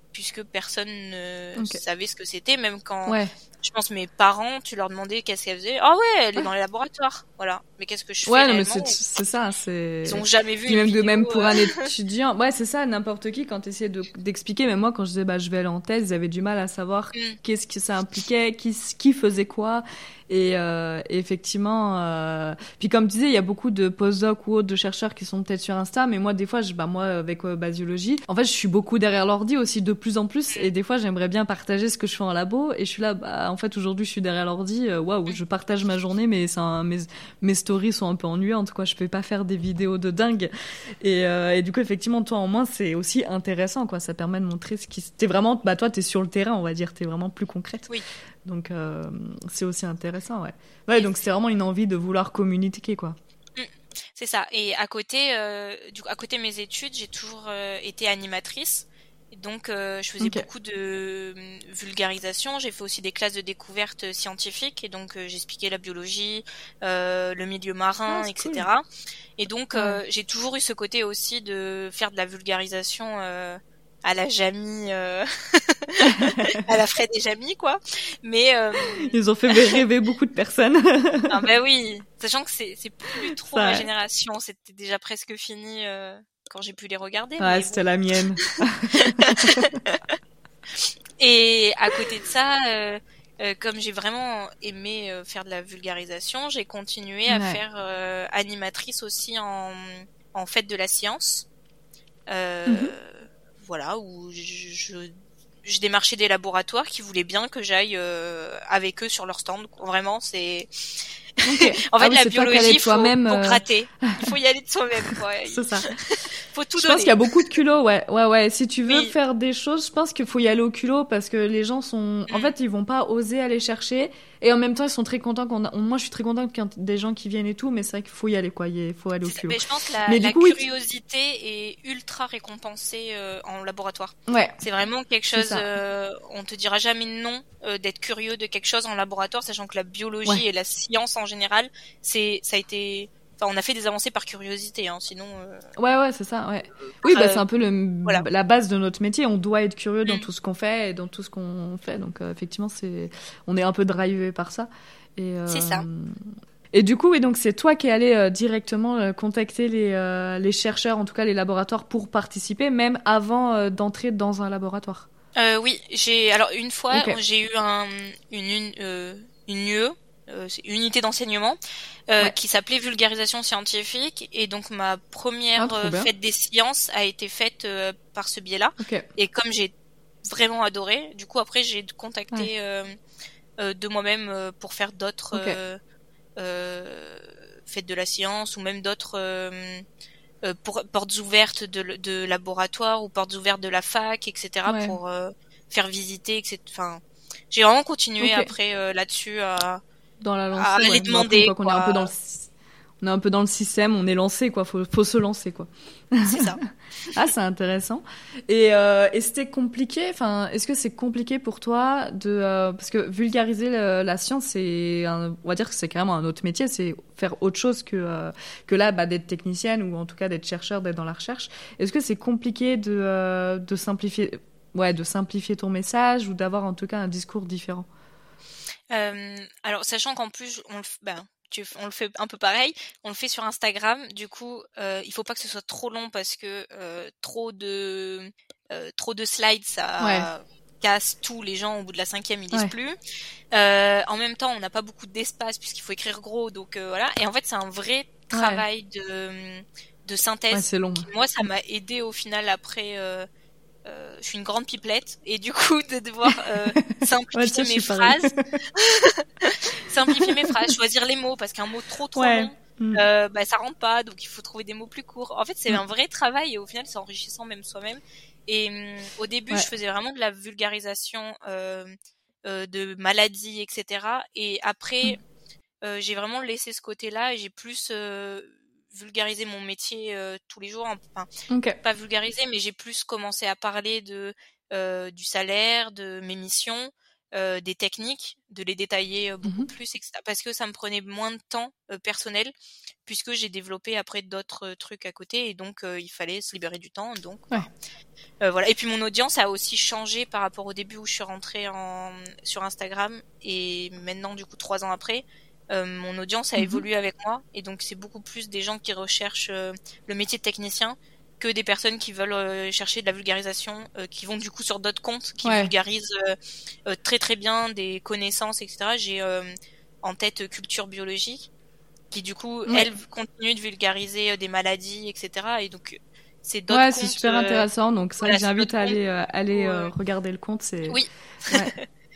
puisque personne ne Okay. savait ce que c'était, même quand Ouais. je pense mes parents, tu leur demandais qu'est-ce qu'elle faisait. Ah ouais, elle est Ouais. dans les laboratoires. Voilà. Mais qu'est-ce que je fais Ouais, non, mais réellement? c'est, c'est ça, c'est. Ils ont jamais vu Puis une même de vidéo. même pour euh, un étudiant, ouais, c'est ça, n'importe qui quand t'essayais de d'expliquer. Mais moi, quand je disais bah je vais aller en thèse, ils avaient du mal à savoir hmm, qu'est-ce que ça impliquait, qui qui faisait quoi. Et, euh, et effectivement, euh... puis comme tu disais, il y a beaucoup de postdocs ou autres de chercheurs qui sont peut-être sur Insta, mais moi des fois, je, bah moi avec euh, basiologie, en fait, je suis beaucoup derrière l'ordi aussi de plus en plus, et des fois, j'aimerais bien partager ce que je fais en labo, et je suis là, bah en fait aujourd'hui, je suis derrière l'ordi, euh, waouh, je partage ma journée, mais c'est un, mes mes stories sont un peu ennuyantes, quoi. Je peux pas faire des vidéos de dingue, et, euh, et du coup, effectivement, toi en moins, c'est aussi intéressant, quoi. Ça permet de montrer ce qui, t'es vraiment, bah toi, t'es sur le terrain, on va dire, t'es vraiment plus concrète. Oui. Donc euh, c'est aussi intéressant, ouais. Ouais, Et donc c'est- c'est vraiment une envie de vouloir communiquer, quoi. hmm, c'est ça. Et à côté, euh, du coup, à côté de mes études, j'ai toujours euh, été animatrice. Et donc, euh, je faisais Ok. beaucoup de hum, vulgarisation. J'ai fait aussi des classes de découverte scientifique. Et donc, euh, j'expliquais la biologie, euh, le milieu marin, Ah, c'est cool. et cetera. Et donc, Ouais. euh, j'ai toujours eu ce côté aussi de faire de la vulgarisation euh, à la Jamie, euh, à la Fred et Jamie, quoi. Mais, euh, Ils ont fait rêver beaucoup de personnes. ah bah oui, sachant que c'est c'est plus trop ma Ça, génération. C'était déjà presque fini euh, quand j'ai pu les regarder. ouais, Mais bon. c'était la mienne. Et à côté de ça, euh, euh, comme j'ai vraiment aimé euh, faire de la vulgarisation, j'ai continué à Ouais. faire euh, animatrice aussi en, en fête de la science. Euh, Mhm. Voilà, où je, je, je démarchais des laboratoires qui voulaient bien que j'aille euh, avec eux sur leur stand. Vraiment, c'est... Ok. En fait, Ah oui, la c'est toi qui allais biologie, de faut, toi-même. faut euh, gratter. Il faut y aller de soi-même, quoi. C'est ça. Faut tout Je pense donner. qu'il y a beaucoup de culot, ouais, ouais, ouais. Si tu veux Oui. faire des choses, je pense qu'il faut y aller au culot parce que les gens sont, en Mm. fait, ils vont pas oser aller chercher et en même temps, ils sont très contents qu'on a... Moi, je suis très contente qu'il y ait des gens qui viennent et tout, mais c'est vrai qu'il faut y aller, quoi. Il faut aller au C'est ça. culot. Mais je pense que la, Mais la du coup, oui. curiosité est ultra récompensée euh, en laboratoire. Ouais, C'est vraiment quelque c'est chose, ça. euh, on te dira jamais non euh, d'être curieux de quelque chose en laboratoire, sachant que la biologie Ouais. et la science en général, c'est, ça a été, enfin, on a fait des avancées par curiosité, hein, sinon. Euh, Ouais, ouais, c'est ça, ouais. Oui, bah, euh, c'est un peu le, voilà. la base de notre métier. On doit être curieux dans Mm. tout ce qu'on fait et dans tout ce qu'on fait. Donc, euh, effectivement, c'est, on est un peu drivé par ça. Et, euh, C'est ça. Et du coup, oui, donc c'est toi qui es allé euh, directement euh, contacter les, euh, les chercheurs, en tout cas les laboratoires, pour participer, même avant euh, d'entrer dans un laboratoire. Euh, oui, j'ai alors une fois Ok. j'ai eu un une une, euh, une U E, euh, c'est unité d'enseignement euh, Ouais. qui s'appelait vulgarisation scientifique et donc ma première Ah, trop euh, bien. fête des sciences a été faite euh, par ce biais-là Ok. et comme j'ai vraiment adoré, du coup après j'ai contacté Ouais. euh, euh, de moi-même euh, pour faire d'autres Ok. euh, euh, fêtes de la science ou même d'autres euh, euh, pour, portes ouvertes de, de laboratoire ou portes ouvertes de la fac, et cetera Ouais. pour euh, faire visiter, et cetera. Enfin, j'ai vraiment continué Ok. après euh, là-dessus à, Dans la à lancée, aller ouais. Bon, après, une demander, fois qu'on est un peu dans quoi. le, sy- on est un peu dans le système, on est lancé, quoi. Faut, faut se lancer, quoi. C'est ça. Ah, c'est intéressant. Et, euh, et c'était compliqué. Enfin, est-ce que c'est compliqué pour toi de euh, parce que vulgariser le- la science, c'est, un- on va dire que c'est carrément un autre métier. C'est faire autre chose que euh, que là, bah, d'être technicienne ou en tout cas d'être chercheur, d'être dans la recherche. Est-ce que c'est compliqué de euh, de simplifier, ouais, de simplifier ton message ou d'avoir en tout cas un discours différent? Euh, alors, sachant qu'en plus, on le, f- ben, tu, on le fait un peu pareil, on le fait sur Instagram. Du coup, euh, il faut pas que ce soit trop long parce que euh, trop de euh, trop de slides, ça Ouais. casse tout. Les gens au bout de la cinquième, ils lisent Ouais. plus. Euh, en même temps, on n'a pas beaucoup d'espace puisqu'il faut écrire gros, donc euh, voilà. Et en fait, c'est un vrai travail de de Ouais, synthèse. c'est long. Qui, moi, ça m'a aidé au final après. Euh, euh, je suis une grande pipelette et du coup de devoir euh, Ouais, simplifier tiens, je mes suis pareil. phrases, simplifier mes phrases, choisir les mots parce qu'un mot trop trop Ouais. long, Mm. euh, bah ça rentre pas, donc il faut trouver des mots plus courts. En fait, c'est Mm. un vrai travail et au final, c'est enrichissant même soi-même. Et hum, au début, Ouais. je faisais vraiment de la vulgarisation euh, euh, de maladies, et cetera. Et après, Mm. euh, j'ai vraiment laissé ce côté-là et j'ai plus euh, vulgarisé mon métier euh, tous les jours. Enfin, Ok. pas vulgarisé, mais j'ai plus commencé à parler de euh, du salaire, de mes missions, euh, des techniques, de les détailler euh, beaucoup Mhm. plus, et cetera. Parce que ça me prenait moins de temps euh, personnel, puisque j'ai développé après d'autres euh, trucs à côté, et donc euh, il fallait se libérer du temps. Donc Ouais. euh, voilà. Et puis mon audience a aussi changé par rapport au début où je suis rentrée en... sur Instagram, et maintenant du coup trois ans après. Euh, mon audience a Mhm. évolué avec moi, et donc c'est beaucoup plus des gens qui recherchent euh, le métier de technicien que des personnes qui veulent euh, chercher de la vulgarisation, euh, qui vont du coup sur d'autres comptes qui Ouais. vulgarisent euh, euh, très très bien des connaissances, et cetera. J'ai euh, en tête euh, Culture Biologique, qui du coup, Ouais. elle continue de vulgariser euh, des maladies, et cetera. Et donc, c'est d'autres Ouais, c'est comptes. super euh, intéressant. Donc, c'est vrai voilà, que c'est j'invite d'autres à comptes. aller, euh, aller où, euh, euh, regarder le compte. C'est... Oui. Ouais.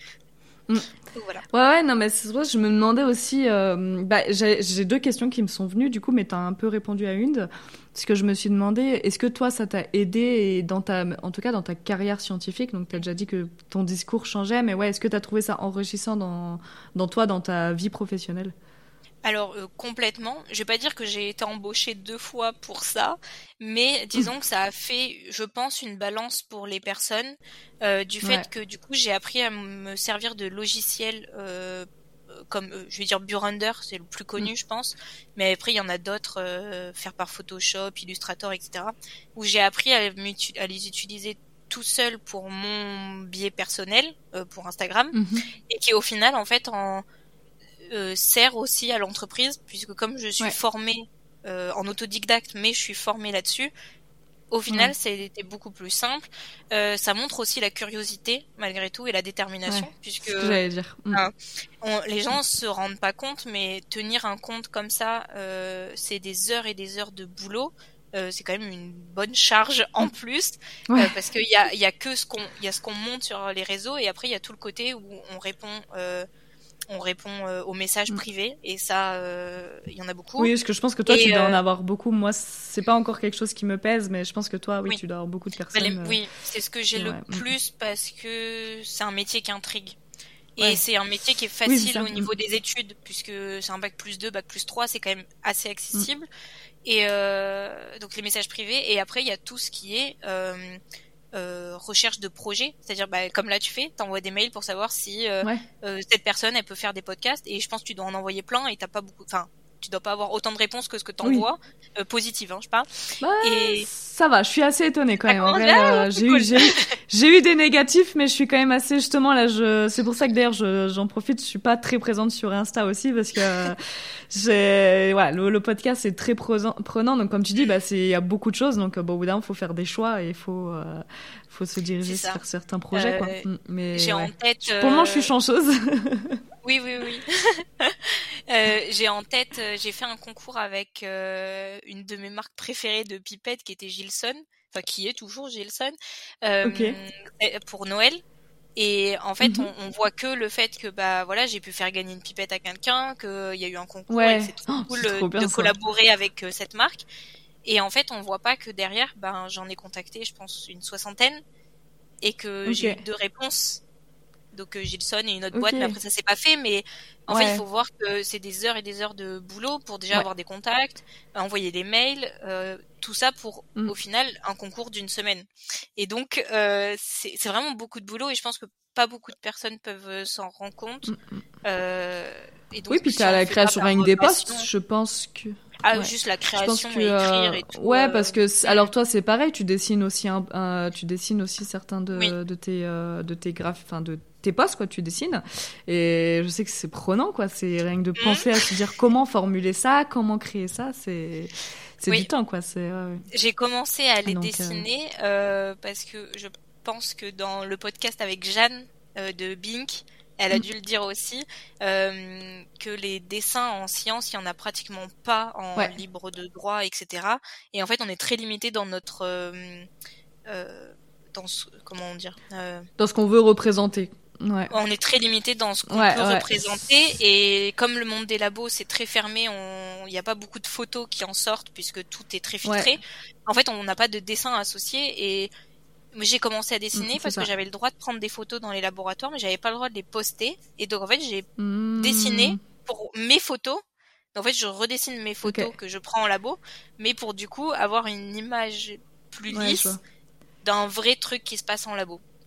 Mm. Donc, voilà. Ouais, ouais, non, mais c'est vrai, je me demandais aussi, euh, bah, j'ai, j'ai deux questions qui me sont venues, du coup, mais t'as un peu répondu à une. Parce que je me suis demandé, est-ce que toi, ça t'a aidé et dans ta, en tout cas, dans ta carrière scientifique, donc t'as déjà dit que ton discours changeait, mais ouais, est-ce que t'as trouvé ça enrichissant dans, dans toi, dans ta vie professionnelle? Alors euh, complètement, je vais pas dire que j'ai été embauchée deux fois pour ça, mais disons que ça a fait, je pense, une balance pour les personnes euh, du Ouais. fait que du coup j'ai appris à me servir de logiciels euh, comme, euh, je vais dire Burunder, c'est le plus connu, je pense, mais après il y en a d'autres, euh, faire par Photoshop, Illustrator, et cetera, où j'ai appris à, m'utu- à les utiliser tout seul pour mon biais personnel, euh, pour Instagram, Mhm. et qui au final en fait en euh, sert aussi à l'entreprise, puisque comme je suis Ouais. formée euh, en autodidacte, mais je suis formée là-dessus, au final, Ouais. c'était beaucoup plus simple. Euh, ça montre aussi la curiosité, malgré tout, et la détermination, Ouais. puisque C'est ce que j'allais dire. Mm. hein, on, les gens se rendent pas compte, mais tenir un compte comme ça, euh, c'est des heures et des heures de boulot. Euh, c'est quand même une bonne charge en plus, Ouais. euh, parce qu'il y a, il y a que ce qu'on, il y a ce qu'on monte sur les réseaux, et après il y a tout le côté où on répond. Euh, on répond euh, aux messages Mm. privés, et ça, euh, il y en a beaucoup. Oui, parce que je pense que toi, tu Et dois en euh, avoir beaucoup. Moi, c'est pas encore quelque chose qui me pèse, mais je pense que toi, oui, oui, tu dois avoir beaucoup de bah, les- personnes. euh, oui, c'est ce que j'ai qui, le ouais. Mm. plus parce que c'est un métier qui intrigue. Et Ouais. c'est un métier qui est Oui, c'est facile ça. au Mm. niveau des études, puisque c'est un bac plus deux, bac plus trois, c'est quand même assez Mm. accessible. Et euh, donc les messages privés. Et après, il y a tout ce qui est euh, euh, recherche de projets. C'est-à-dire, bah, comme là tu fais, t'envoies des mails pour savoir si euh, Ouais. euh, cette personne, elle peut faire des podcasts. Et je pense que tu dois en envoyer plein et t'as pas beaucoup... Enfin, tu dois pas avoir autant de réponses que ce que Oui. t'envoies. Euh, positives, hein, je parle. Bah, Et ça va. Je suis assez étonnée quand ça même. En commence vrai, là, euh, c'est j'ai eu, cool. j'ai eu, j'ai eu des négatifs, mais je suis quand même assez justement là. Je, c'est pour ça que d'ailleurs, je, j'en profite. Je suis pas très présente sur Insta aussi parce que euh, j'ai, voilà, le, le podcast est très prenant, prenant. Donc comme tu dis, bah, c'est, il y a beaucoup de choses. Donc euh, bon, au bout d'un moment, faut faire des choix et il faut, euh, faut se diriger C'est ça. vers certains projets, quoi. Euh, Mm. Mais j'ai en ouais. tête... Pour le moment, je suis euh, chanceuse. Oui, oui, oui. Euh, j'ai en tête, euh, j'ai fait un concours avec euh, une de mes marques préférées de pipettes qui était Gilson, enfin qui est toujours Gilson, Ok. euh, pour Noël. Et en fait, Mhm. on, on voit que le fait que bah voilà, j'ai pu faire gagner une pipette à quelqu'un, qu'il y a eu un concours et que Ouais. c'est trop Oh, cool c'est euh, trop bien de ça. collaborer avec euh, cette marque. Et en fait, on voit pas que derrière, ben j'en ai contacté, je pense, une soixantaine, et que Ok. j'ai eu deux réponses. Donc euh, Gilson et une autre boîte, mais Ok. après ça s'est pas fait. Mais en fait, il Ouais. faut voir que c'est des heures et des heures de boulot pour déjà Ouais. avoir des contacts, euh, envoyer des mails, euh, tout ça pour Mm. au final un concours d'une semaine. Et donc euh, c'est c'est vraiment beaucoup de boulot, et je pense que pas beaucoup de personnes peuvent euh, s'en rendre compte. Mm. Euh, et donc Oui, puis si t'as on le la fait pas création rien par que des passion, posts, je pense que... ah Ouais. juste la Je pense création que... et écrire euh, et tout. Ouais, euh, parce que... c- mm, Alors toi, c'est pareil, tu dessines aussi un, un- tu dessines aussi certains oui, de, de tes, euh, de tes graphes, enfin de tes posts, quoi, tu dessines. Et je sais que c'est prenant, quoi. C'est rien que de mm, penser à se dire comment formuler ça, comment créer ça, c'est... C'est du oui. temps, quoi. C'est... ouais, ouais. J'ai commencé à les Donc... euh, dessiner euh, parce que je pense que dans le podcast avec Jeanne euh, de Bink, elle a mm. dû le dire aussi, euh, que les dessins en science, il y en a pratiquement pas en Ouais. libre de droit, et cetera. Et en fait, on est très limité dans notre, euh, euh, dans ce, comment dire, euh, Dans ce qu'on veut représenter. Ouais. on est très limité dans ce qu'on Ouais, peut ouais. représenter, et comme le monde des labos c'est très fermé, on... il n'y a pas beaucoup de photos qui en sortent puisque tout est très filtré. Ouais. En fait, on n'a pas de dessin associé, et j'ai commencé à dessiner Mm, c'est parce que ça. j'avais le droit de prendre des photos dans les laboratoires, mais j'avais pas le droit de les poster. Et donc en fait, j'ai dessiné Mm. pour mes photos. En fait, je redessine mes photos Ok. que je prends en labo, mais pour du coup avoir une image plus Ouais, je lisse vois. d'un vrai truc qui se passe en labo.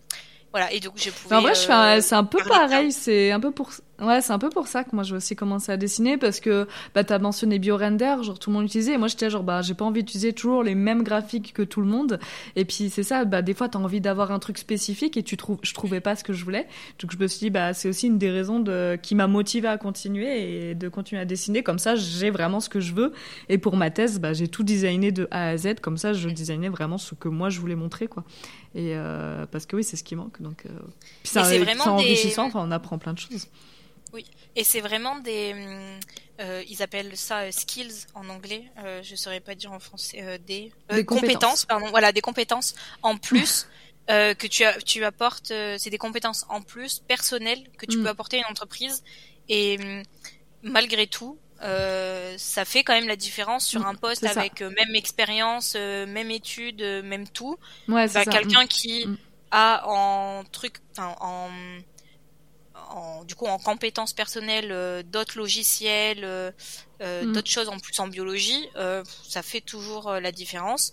Voilà, et donc je pouvais. Mais en vrai, je fais un- euh, c'est un peu parler bien. pareil. C'est un peu pour, ouais, c'est un peu pour ça que moi je vais aussi commencer à dessiner parce que bah t'as mentionné BioRender, genre tout le monde utilisait. Et moi j'étais genre bah j'ai pas envie d'utiliser toujours les mêmes graphiques que tout le monde. Et puis c'est ça, bah des fois t'as envie d'avoir un truc spécifique et tu trouves, je trouvais pas ce que je voulais. Donc je me suis dit bah c'est aussi une des raisons de qui m'a motivée à continuer et de continuer à dessiner. Comme ça j'ai vraiment ce que je veux. Et pour ma thèse, bah j'ai tout designé de A à Z. Comme ça je designais vraiment ce que moi je voulais montrer quoi. Et euh, parce que oui, c'est ce qui manque. Donc, euh... puis Et ça, c'est c'est vraiment des. enrichissant. Enfin, on apprend plein de choses. Oui, et c'est vraiment des. Euh, ils appellent ça euh, skills en anglais. Euh, je saurais pas dire en français. Euh, des euh, Des compétences. compétences. Pardon. Voilà, des compétences en plus euh, que tu as, tu apportes. Euh, c'est des compétences en plus personnelles que tu Mm. peux apporter à une entreprise. Et hum, malgré tout, euh, ça fait quand même la différence sur Mm. un poste C'est ça. avec euh, même expérience, euh, même études, euh, même tout. Ouais, c'est Bah, ça. quelqu'un Mm. qui Mm. a en truc, enfin en en, du coup en compétences personnelles euh, d'autres logiciels, euh, euh, Mm. d'autres choses en plus en biologie, euh, ça fait toujours euh, la différence.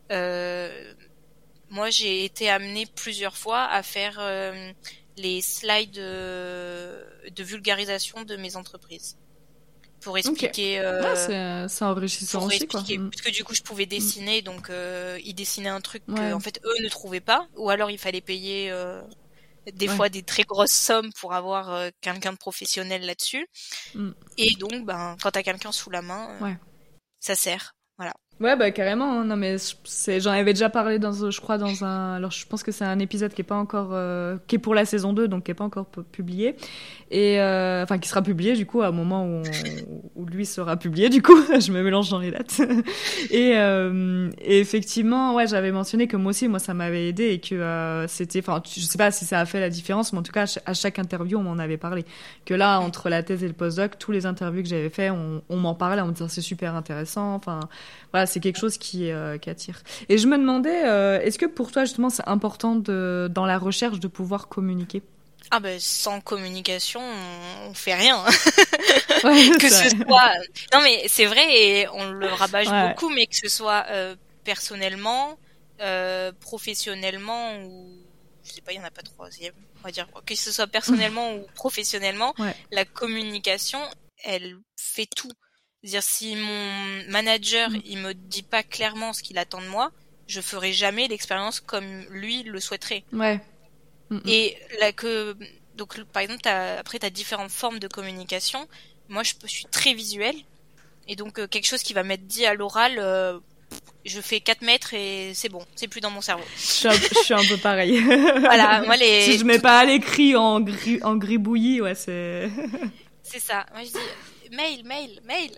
Euh, moi, j'ai été amenée plusieurs fois à faire euh, les slides euh, de vulgarisation de mes entreprises pour Ok. expliquer, Ouais, euh, c'est, c'est enrichissant pour aussi, quoi. expliquer, Mm. puisque du coup je pouvais Mm. dessiner, donc euh, ils dessinaient un truc que Ouais. en fait eux ne trouvaient pas, ou alors il fallait payer euh, des Ouais. fois des très grosses sommes pour avoir euh, quelqu'un de professionnel là-dessus. Mm. Et donc, ben, quand t'as quelqu'un sous la main, euh, Ouais. ça sert. Voilà. Ouais, bah carrément. Hein. Non, mais c'est, j'en avais déjà parlé dans, je crois, dans un. Alors, je pense que c'est un épisode qui est pas encore, euh, qui est pour la saison deux, donc qui est pas encore pu- publié, et euh, enfin qui sera publié du coup à un moment où, on- où lui sera publié. Du coup, je me mélange dans les dates. et, euh, et effectivement, ouais, j'avais mentionné que moi aussi, moi, ça m'avait aidé et que euh, c'était, enfin, je sais pas si ça a fait la différence, mais en tout cas, à ch- à chaque interview, on m'en avait parlé. Que là, entre la thèse et le postdoc, tous les interviews que j'avais fait, on, on m'en parlait, on me disait c'est super intéressant. Enfin. Voilà, c'est quelque chose qui, euh, qui attire. Et je me demandais, euh, est-ce que pour toi, justement, c'est important de, dans la recherche de pouvoir communiquer? Ah ben, sans communication, on, on fait rien. Ouais, Que c'est ce vrai. soit... Non mais c'est vrai, et on le rabâche Ouais. beaucoup, mais que ce soit euh, personnellement, euh, professionnellement, ou... Je sais pas, il y en a pas de troisième. On va dire que ce soit personnellement ou professionnellement, Ouais. la communication, elle fait tout. C'est-à-dire, si mon manager, Mm. il me dit pas clairement ce qu'il attend de moi, je ferai jamais l'expérience comme lui le souhaiterait. Ouais. Mm, mm. Et là que, donc, par exemple, t'as, après, t'as différentes formes de communication. Moi, je, je suis très visuelle. Et donc, euh, quelque chose qui va m'être dit à l'oral, euh, je fais quatre mètres et c'est bon, c'est plus dans mon cerveau. Je suis un, je suis un peu pareil. Voilà, moi, les, Si je mets tout- pas à l'écrit en gris, en gribouillis, ouais, c'est. c'est ça. Moi, je dis, mail, mail, mail.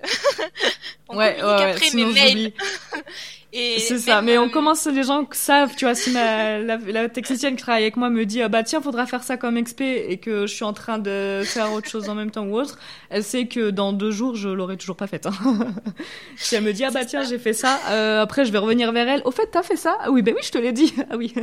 On Ouais, ouais, communique ouais, après, sinon mais mail. j'oublie. Et C'est ça, même, mais on euh, commence, les gens savent, tu vois, si ma, la, la technicienne qui travaille avec moi me dit, ah bah tiens, faudra faire ça comme expé, et que je suis en train de faire autre chose en même temps ou autre, elle sait que dans deux jours, je l'aurai toujours pas faite. Hein. Si elle me dit, ah bah c'est tiens, ça. j'ai fait ça, euh, après je vais revenir vers elle, au fait, t'as fait ça? Ah oui, bah oui, je te l'ai dit. Ah oui.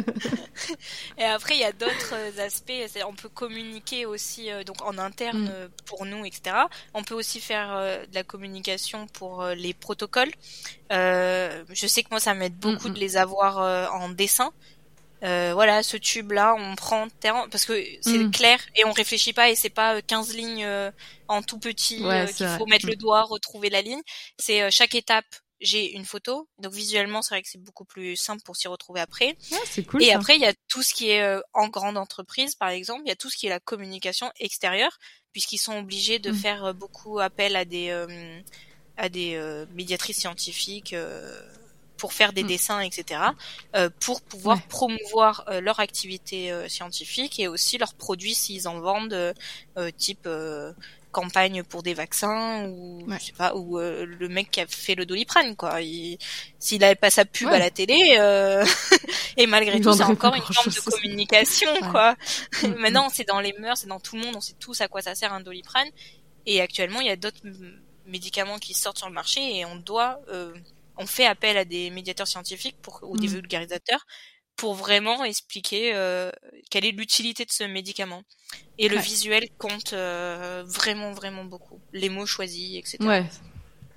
Et après, il y a d'autres euh, aspects. C'est- On peut communiquer aussi, euh, donc en interne Mm. euh, pour nous, et cetera. On peut aussi faire euh, de la communication pour euh, les protocoles. Euh, je sais que moi, ça m'aide beaucoup Mm, mm. de les avoir euh, en dessin. Euh, voilà, ce tube-là, on prend terrain parce que c'est Mm. clair et on réfléchit pas et c'est pas euh, quinze lignes euh, en tout petit Ouais, euh, c'est qu'il vrai. faut mettre Mm. le doigt, retrouver la ligne. C'est euh, chaque étape, j'ai une photo. Donc visuellement, c'est vrai que c'est beaucoup plus simple pour s'y retrouver après. Ouais, c'est cool Et ça. après, il y a tout ce qui est euh, en grande entreprise, par exemple, il y a tout ce qui est la communication extérieure, puisqu'ils sont obligés de Mm. faire euh, beaucoup appel à des euh, à des euh, médiatrices scientifiques euh, pour faire des Mm. dessins, et cetera, euh, pour pouvoir Ouais. promouvoir euh, leur activité euh, scientifique et aussi leurs produits s'ils en vendent, euh, euh, type euh, campagne pour des vaccins ou Ouais. je sais pas, ou euh, le mec qui a fait le Doliprane, quoi. Il, s'il avait pas sa pub Ouais. à la télé, euh, et malgré Il tout, c'est vendrait pas encore une forme grand-chose. de communication, Ouais. quoi. Mm, Maintenant, c'est dans les mœurs, c'est dans tout le monde, on sait tous à quoi ça sert un Doliprane. Et actuellement, il y a d'autres m- médicaments qui sortent sur le marché et on doit, euh, on fait appel à des médiateurs scientifiques pour, ou des mm. vulgarisateurs pour vraiment expliquer euh, quelle est l'utilité de ce médicament. Et le Ouais. visuel compte euh, vraiment, vraiment beaucoup. Les mots choisis, et cetera. Ouais.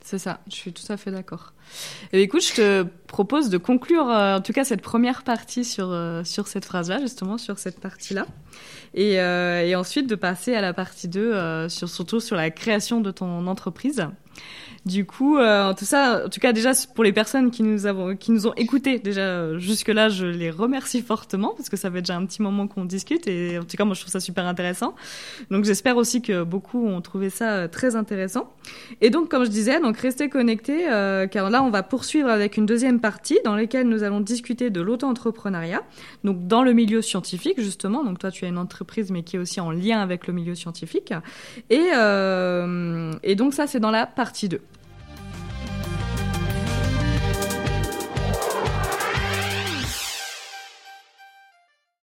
C'est ça, je suis tout à fait d'accord. Et écoute, je te propose de conclure, euh, en tout cas, cette première partie sur, euh, sur cette phrase-là, justement, sur cette partie-là. Et, euh, et ensuite de passer à la partie deux, euh, sur, surtout sur la création de ton entreprise. Du coup, euh, tout ça, en tout cas déjà pour les personnes qui nous avons, qui nous ont écoutés déjà jusque là, je les remercie fortement parce que ça fait déjà un petit moment qu'on discute et en tout cas moi je trouve ça super intéressant. Donc j'espère aussi que beaucoup ont trouvé ça très intéressant. Et donc comme je disais, donc restez connectés euh, car là on va poursuivre avec une deuxième partie dans laquelle nous allons discuter de l'auto-entrepreneuriat. Donc dans le milieu scientifique justement. Donc toi tu as une entreprise mais qui est aussi en lien avec le milieu scientifique. Et euh, et donc ça c'est dans la partie deux.